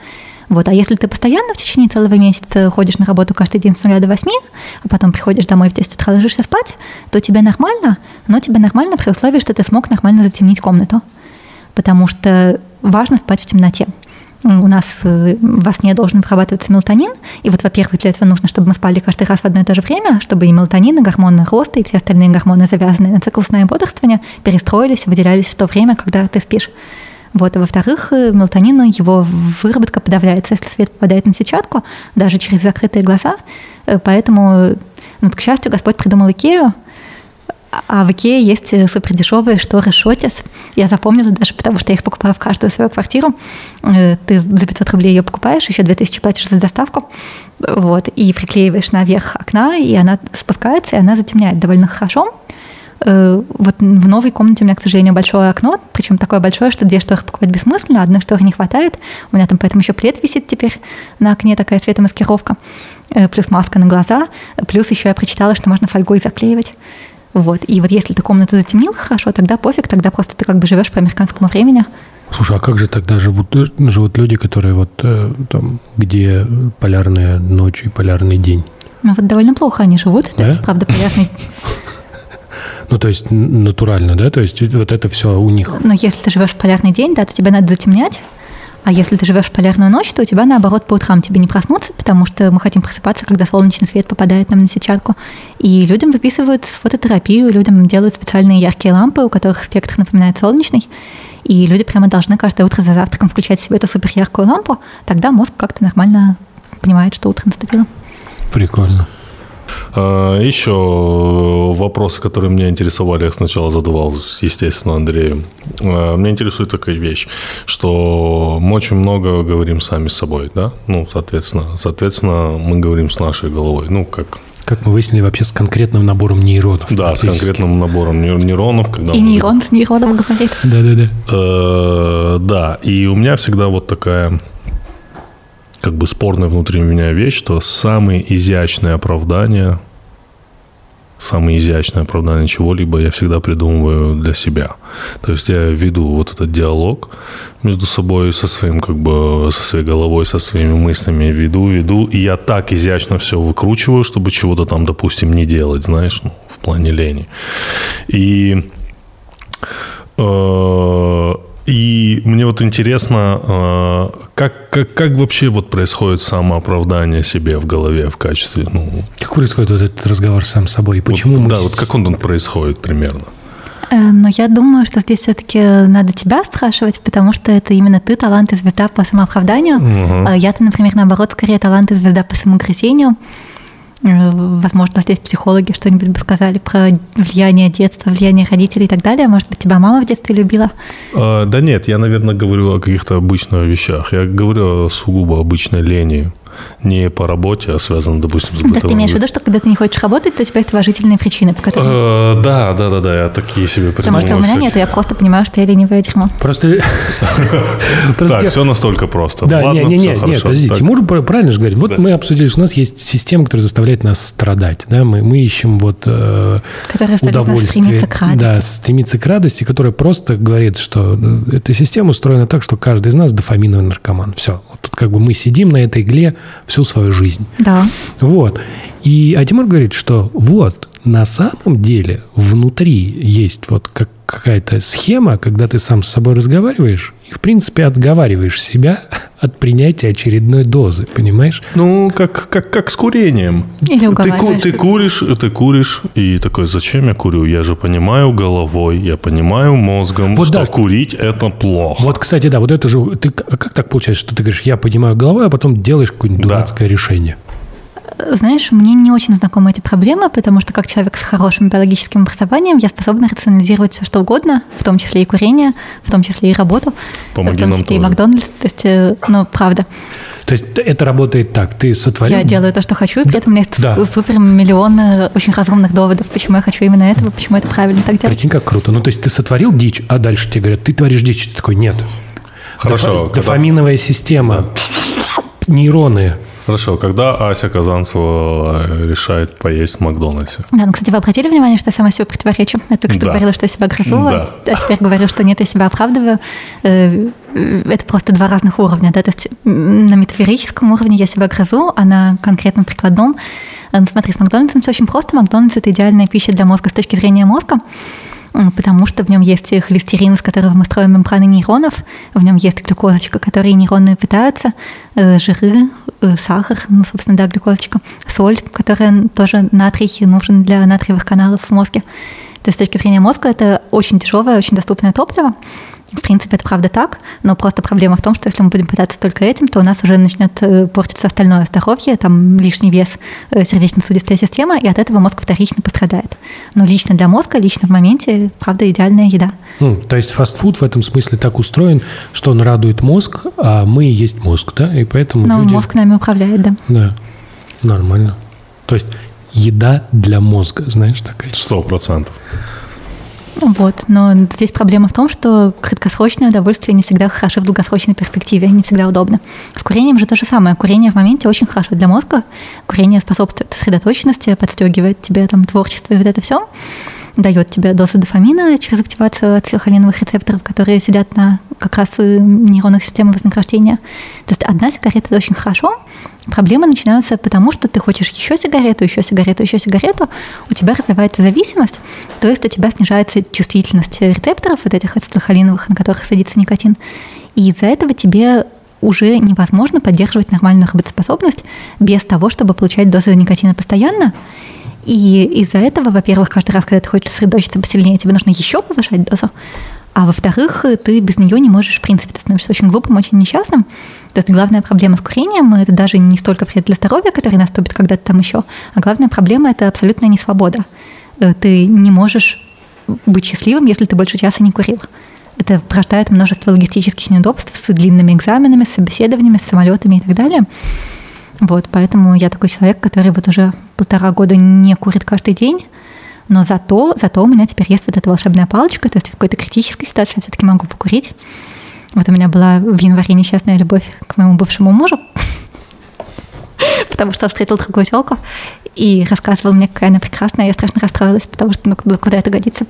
Вот. А если ты постоянно в течение целого месяца ходишь на работу каждый день с 0 до 8, а потом приходишь домой в 10 утра, ложишься спать, то тебе нормально, но тебе нормально при условии, что ты смог нормально затемнить комнату. Потому что важно спать в темноте. У нас во сне должен вырабатываться мелатонин, и вот, во-первых, для этого нужно, чтобы мы спали каждый раз в одно и то же время, чтобы и мелатонин, и гормоны роста, и все остальные гормоны, завязанные на цикл сна и бодрствования, перестроились, выделялись в то время, когда ты спишь. Вот. А во-вторых, мелатонину его выработка подавляется, если свет попадает на сетчатку, даже через закрытые глаза. Поэтому, к счастью, Господь придумал Икею, а в Икее есть супердешевые шторы Шотис. Я запомнила даже, потому что я их покупаю в каждую свою квартиру. Ты за 500 рублей ее покупаешь, еще 2000 платишь за доставку. Вот, и приклеиваешь наверх окна, и она спускается, и она затемняет довольно хорошо. Вот в новой комнате у меня, к сожалению, большое окно, причем такое большое, что 2 шторы покупать бессмысленно, одной шторы не хватает. У меня там поэтому еще плед висит теперь на окне, такая светомаскировка, плюс маска на глаза, плюс еще я прочитала, что можно фольгой заклеивать. Вот. И вот если ты комнату затемнил хорошо, тогда пофиг, тогда просто ты как бы живешь по американскому времени. Слушай, а как же тогда живут люди, которые вот там, где полярная ночь и полярный день? Ну вот довольно плохо они живут, то есть, правда, полярный... Ну, то есть натурально, да? То есть вот это все у них... Но если ты живешь в полярный день, да, то тебе надо затемнять. А если ты живешь в полярную ночь, то у тебя, наоборот, по утрам тебе не проснуться, потому что мы хотим просыпаться, когда солнечный свет попадает нам на сетчатку. И людям выписывают фототерапию, людям делают специальные яркие лампы, у которых спектр напоминает солнечный. И люди прямо должны каждое утро за завтраком включать себе эту суперяркую лампу, тогда мозг как-то нормально понимает, что утро наступило. Прикольно. Еще вопросы, которые меня интересовали, я сначала задавал, естественно, Андрею. Меня интересует такая вещь, что мы очень много говорим сами с собой, да? Ну, соответственно, мы говорим с нашей головой. Ну, как мы выяснили, вообще с конкретным набором нейронов. Да, с конкретным набором нейронов. Когда и нейрон с нейроном говорит. Да. Да, и у меня всегда вот такая... как бы спорная внутри меня вещь, что самые изящные оправдания чего-либо я всегда придумываю для себя. То есть я веду вот этот диалог между собой, со своим, как бы, со своей головой, со своими мыслями веду, и я так изящно все выкручиваю, чтобы чего-то там, допустим, не делать, знаешь, ну, в плане лени. И мне вот интересно, как вообще вот происходит самооправдание себе в голове в качестве... Ну, как происходит вот этот разговор сам с собой? И почему вот, вот как он происходит примерно? Но я думаю, что здесь все-таки надо тебя спрашивать, потому что это именно ты талант и звезда по самооправданию. Угу. Я-то, например, наоборот, скорее талант и звезда по самоугрызению. Возможно, здесь психологи что-нибудь бы сказали про влияние детства, влияние родителей и так далее. Может быть, тебя мама в детстве любила? Да нет, я, наверное, говорю о каких-то обычных вещах. Я говорю о сугубо обычной лени. Не по работе, а связано, допустим, с бытовым. Ты имеешь в виду, что когда ты не хочешь работать, то у тебя есть уважительные причины, по которым... Да, я такие себе придумываю. Потому что у меня нет, я просто понимаю, что я ленивое дерьмо. Просто... Так, все настолько просто. Да, нет, подожди, Тимур правильно же говорит. Вот мы обсудили, что у нас есть система, которая заставляет нас страдать. Мы ищем вот удовольствие. Да, стремиться к радости, которая просто говорит, что эта система устроена так, что каждый из нас дофаминовый наркоман. Все. Тут как бы мы сидим на этой игле всю свою жизнь. Да. Вот. А Тимур говорит, что вот на самом деле внутри есть вот какая-то схема, когда ты сам с собой разговариваешь и, в принципе, отговариваешь себя от принятия очередной дозы, понимаешь? Ну, как с курением. Или уговариваешь. Ты куришь, и такой, зачем я курю? Я же понимаю головой, я понимаю мозгом, вот что да. Курить – это плохо. Вот, кстати, да, вот это же... Как так получается, что ты говоришь, я понимаю головой, а потом делаешь какое-нибудь дурацкое решение? Знаешь, мне не очень знакомы эти проблемы, потому что как человек с хорошим биологическим образованием я способна рационализировать все, что угодно, в том числе и курение, в том числе и работу, Помоги в том числе и Макдональдс. То есть, правда. То есть это работает так, ты сотворил... Я делаю то, что хочу, и при этом у меня есть супер миллион очень разумных доводов, почему я хочу именно этого, почему это правильно так делать. Прикинь, как круто. Ну, то есть ты сотворил дичь, а дальше тебе говорят, ты творишь дичь, ты такой, нет. Хорошо. Дофаминовая система, нейроны. Хорошо, когда Ася Казанцева решает поесть в Макдональдсе? Да, ну, кстати, вы обратили внимание, что я сама себе противоречу? Я только что говорила, что я себя грызу, а теперь говорю, что нет, я себя оправдываю. это просто два разных уровня, да, то есть на метафорическом уровне я себя грызу, а на конкретном прикладном, смотри, с Макдональдсом все очень просто, Макдональдс – это идеальная пища для мозга с точки зрения мозга, потому что в нем есть холестерин, из которого мы строим мембраны нейронов, в нем есть глюкозочка, которой нейроны питаются, жиры, сахар, собственно, да, глюкозочка, соль, которая тоже натрий нужен для натриевых каналов в мозге. То есть с точки зрения мозга это очень дешевое, очень доступное топливо. В принципе, это правда так, но просто проблема в том, что если мы будем питаться только этим, то у нас уже начнет портиться остальное здоровье, там лишний вес, сердечно-сосудистая система, и от этого мозг вторично пострадает. Но лично для мозга, лично в моменте, правда, идеальная еда. То есть фастфуд в этом смысле так устроен, что он радует мозг, а мы и есть мозг, да? И поэтому люди... мозг нами управляет, да. Да, нормально. То есть еда для мозга, знаешь, такая. 100%. Вот, но здесь проблема в том, что краткосрочное удовольствие не всегда хорошо в долгосрочной перспективе, не всегда удобно. С курением же то же самое. Курение в моменте очень хорошо для мозга. Курение способствует сосредоточенности, подстегивает тебе там творчество и вот это все. Дает тебе дозу дофамина через активацию ацетилхолиновых рецепторов, которые сидят на как раз нейронных системах вознаграждения. То есть одна сигарета – это очень хорошо. Проблемы начинаются потому, что ты хочешь еще сигарету, еще сигарету, еще сигарету. У тебя развивается зависимость, то есть у тебя снижается чувствительность рецепторов, вот этих ацетилхолиновых, на которых садится никотин. И из-за этого тебе уже невозможно поддерживать нормальную работоспособность без того, чтобы получать дозы никотина постоянно. И из-за этого, во-первых, каждый раз, когда ты хочешь сосредоточиться посильнее, тебе нужно еще повышать дозу. А во-вторых, ты без нее не можешь, в принципе, ты становишься очень глупым, очень несчастным. То есть главная проблема с курением – это даже не столько вред для здоровья, который наступит когда-то там еще, а главная проблема – это абсолютная несвобода. Ты не можешь быть счастливым, если ты больше часа не курил. Это порождает множество логистических неудобств с длинными экзаменами, с собеседованиями, с самолетами и так далее. Вот, поэтому я такой человек, который вот уже 1,5 года не курит каждый день, но зато у меня теперь есть вот эта волшебная палочка, то есть в какой-то критической ситуации я все-таки могу покурить. Вот у меня была в январе несчастная любовь к моему бывшему мужу, потому что он встретил другую тёлку и рассказывал мне, какая она прекрасная, я страшно расстроилась, потому что куда это годится.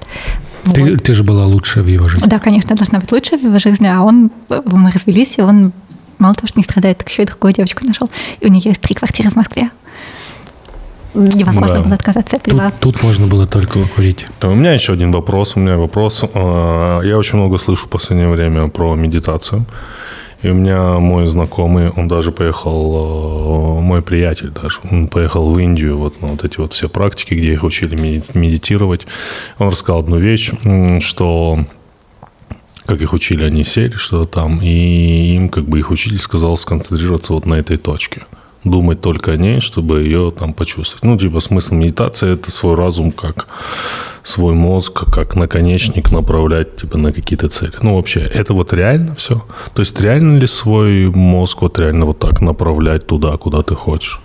Ты же была лучшая в его жизни. Да, конечно, я должна быть лучшей в его жизни, а мы развелись, и он мало того, что не страдает, так еще и другую девочку нашел. И у нее есть 3 квартиры в Москве. Невозможно было отказаться от этого. Тут можно было только курить. У меня еще один вопрос. Я очень много слышу в последнее время про медитацию. И у меня мой знакомый, он даже поехал, мой приятель даже, он поехал в Индию вот на вот эти вот все практики, где их учили медитировать. Он рассказал одну вещь, что... как их учили, они сели что-то там, и им как бы их учитель сказал сконцентрироваться вот на этой точке. Думать только о ней, чтобы ее там почувствовать. Смысл медитации – это свой разум, как свой мозг, как наконечник направлять на какие-то цели. Вообще, это вот реально все? То есть реально ли свой мозг вот реально вот так направлять туда, куда ты хочешь?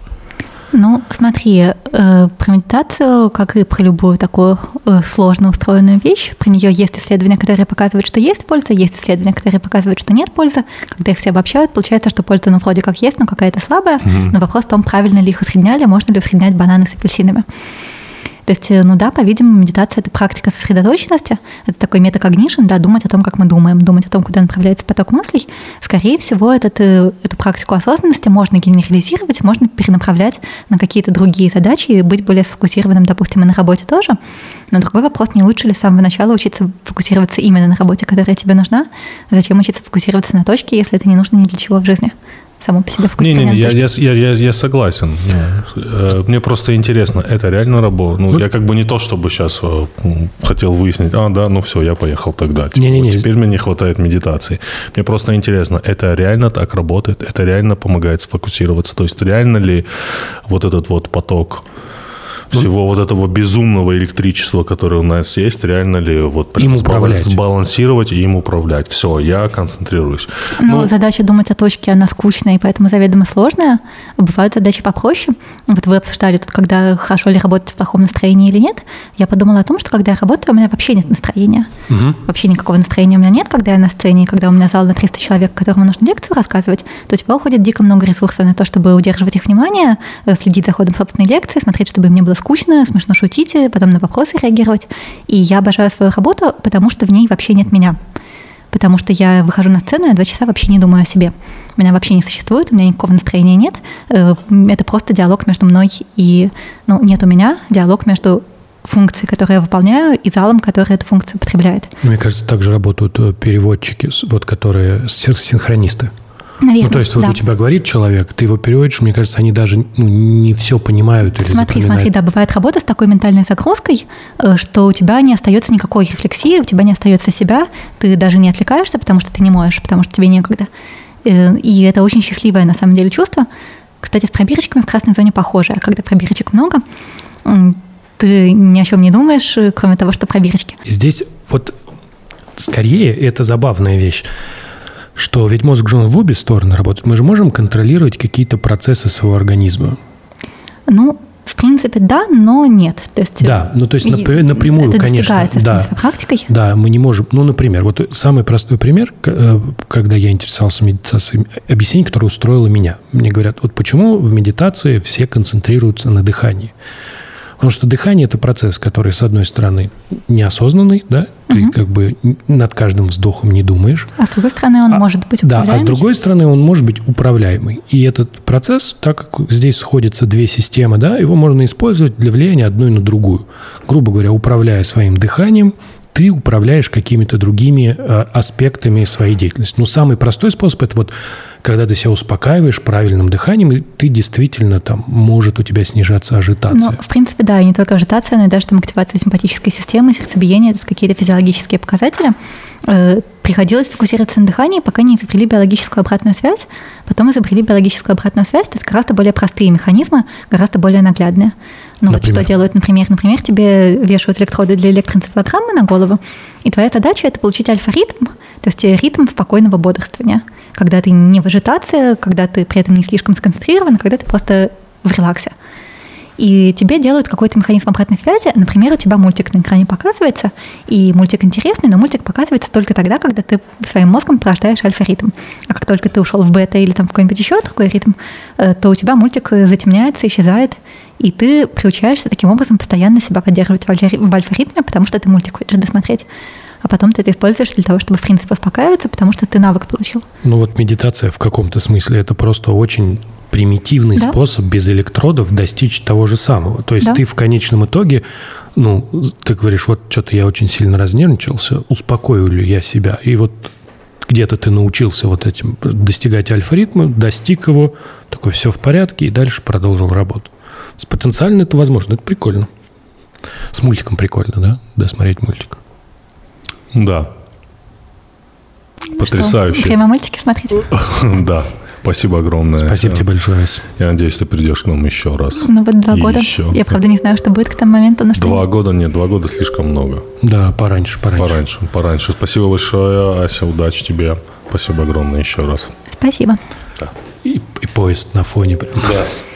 Смотри, про медитацию, как и про любую такую сложно устроенную вещь, про нее есть исследования, которые показывают, что есть польза, есть исследования, которые показывают, что нет пользы. Когда их все обобщают, получается, что польза, вроде как есть, но какая-то слабая. Но вопрос в том, правильно ли их усредняли, можно ли усреднять бананы с апельсинами. То есть, по-видимому, медитация – это практика сосредоточенности, это такой метакогнишн, думать о том, как мы думаем, думать о том, куда направляется поток мыслей. Скорее всего, эту практику осознанности можно генерализировать, можно перенаправлять на какие-то другие задачи и быть более сфокусированным, допустим, и на работе тоже. Но другой вопрос, не лучше ли с самого начала учиться фокусироваться именно на работе, которая тебе нужна? Зачем учиться фокусироваться на точке, если это не нужно ни для чего в жизни? Само по себе фокусирование. Я согласен. Мне просто интересно, это реально работа? Я как бы не то, чтобы сейчас хотел выяснить, все, я поехал тогда. Теперь мне не хватает медитации. Мне просто интересно, это реально так работает? Это реально помогает сфокусироваться? То есть реально ли вот этот вот поток всего вот этого безумного электричества, которое у нас есть, реально ли вот прям сбалансировать и им управлять? Все, я концентрируюсь. Задача думать о точке, она скучная и поэтому заведомо сложная. Бывают задачи попроще. Вот вы обсуждали тут, когда хорошо ли работать в плохом настроении или нет. Я подумала о том, что когда я работаю, у меня вообще нет настроения. Вообще никакого настроения у меня нет, когда я на сцене, когда у меня зал на 300 человек, которому нужно лекцию рассказывать, то у тебя уходит дико много ресурсов на то, чтобы удерживать их внимание, следить за ходом собственной лекции, смотреть, чтобы им не было скучно, смешно шутить, потом на вопросы реагировать. И я обожаю свою работу, потому что в ней вообще нет меня. потому что я выхожу на сцену, я 2 часа вообще не думаю о себе. Меня вообще не существует, у меня никакого настроения нет. Это просто диалог между мной и... нет у меня диалог между функцией, которую я выполняю, и залом, который эту функцию потребляет. Мне кажется, также работают переводчики, которые синхронисты. Наверное, то есть вот у тебя говорит человек, ты его переводишь, мне кажется, они даже не все понимают или запоминают. Смотри, да, бывает работа с такой ментальной загрузкой, что у тебя не остается никакой рефлексии, у тебя не остается себя, ты даже не отвлекаешься, потому что ты не можешь, потому что тебе некогда. И это очень счастливое, на самом деле, чувство. Кстати, с пробирочками в красной зоне похоже. А когда пробирочек много, ты ни о чем не думаешь, кроме того, что пробирочки. Здесь вот скорее это забавная вещь, что ведь мозг же он в обе стороны работает. Мы же можем контролировать какие-то процессы своего организма. В принципе, да, но нет. То есть, напрямую, это конечно. Это достигается практикой. Да, мы не можем... например, вот самый простой пример, когда я интересовался медитацией, объяснение, которое устроило меня. Мне говорят, вот почему в медитации все концентрируются на дыхании. Потому что дыхание – это процесс, который, с одной стороны, неосознанный, да, ты как бы над каждым вздохом не думаешь. А с другой стороны, он может быть управляемый. Да, а с другой стороны, он может быть управляемый. И этот процесс, так как здесь сходятся 2 системы, да, его можно использовать для влияния одной на другую. Грубо говоря, управляя своим дыханием, ты управляешь какими-то другими аспектами своей деятельности. Самый простой способ – это вот когда ты себя успокаиваешь правильным дыханием, и ты действительно может у тебя снижаться ажитация. В принципе, да, и не только ажитация, но и даже активация симпатической системы, сердцебиение, то есть какие-то физиологические показатели. Приходилось фокусироваться на дыхании, пока не изобрели биологическую обратную связь. Потом изобрели биологическую обратную связь, то есть гораздо более простые механизмы, гораздо более наглядные. Что делают, например, тебе вешают электроды для электроэнцефалограммы на голову, и твоя задача – это получить альфа-ритм, то есть ритм спокойного бодрствования, когда ты не в ажитации, когда ты при этом не слишком сконцентрирован, когда ты просто в релаксе. И тебе делают какой-то механизм обратной связи. Например, у тебя мультик на экране показывается, и мультик интересный, но мультик показывается только тогда, когда ты своим мозгом порождаешь альфа-ритм. А как только ты ушел в бета или в какой-нибудь еще другой ритм, то у тебя мультик затемняется, исчезает, и ты приучаешься таким образом постоянно себя поддерживать в альфа-ритме, потому что ты мультик хочешь досмотреть. А потом ты это используешь для того, чтобы, в принципе, успокаиваться, потому что ты навык получил. Медитация в каком-то смысле – это просто очень примитивный способ без электродов достичь того же самого. То есть ты в конечном итоге, ты говоришь, вот что-то я очень сильно разнервничался, успокою ли я себя? И вот где-то ты научился вот этим достигать альфа-ритма, достиг его, такой все в порядке, и дальше продолжил работу. Потенциально это возможно, это прикольно. С мультиком прикольно, да, смотреть мультик. Да. Потрясающе. Прямо мультики смотреть? Да. Спасибо огромное. Спасибо тебе большое. Я надеюсь, ты придешь к нам еще раз. 2 года. Еще. Я, правда, не знаю, что будет к тому моменту. 2 года? Нет, 2 года слишком много. Да, пораньше. Спасибо большое, Ася, удачи тебе. Спасибо огромное еще раз. Спасибо. Да. И поезд на фоне. Да.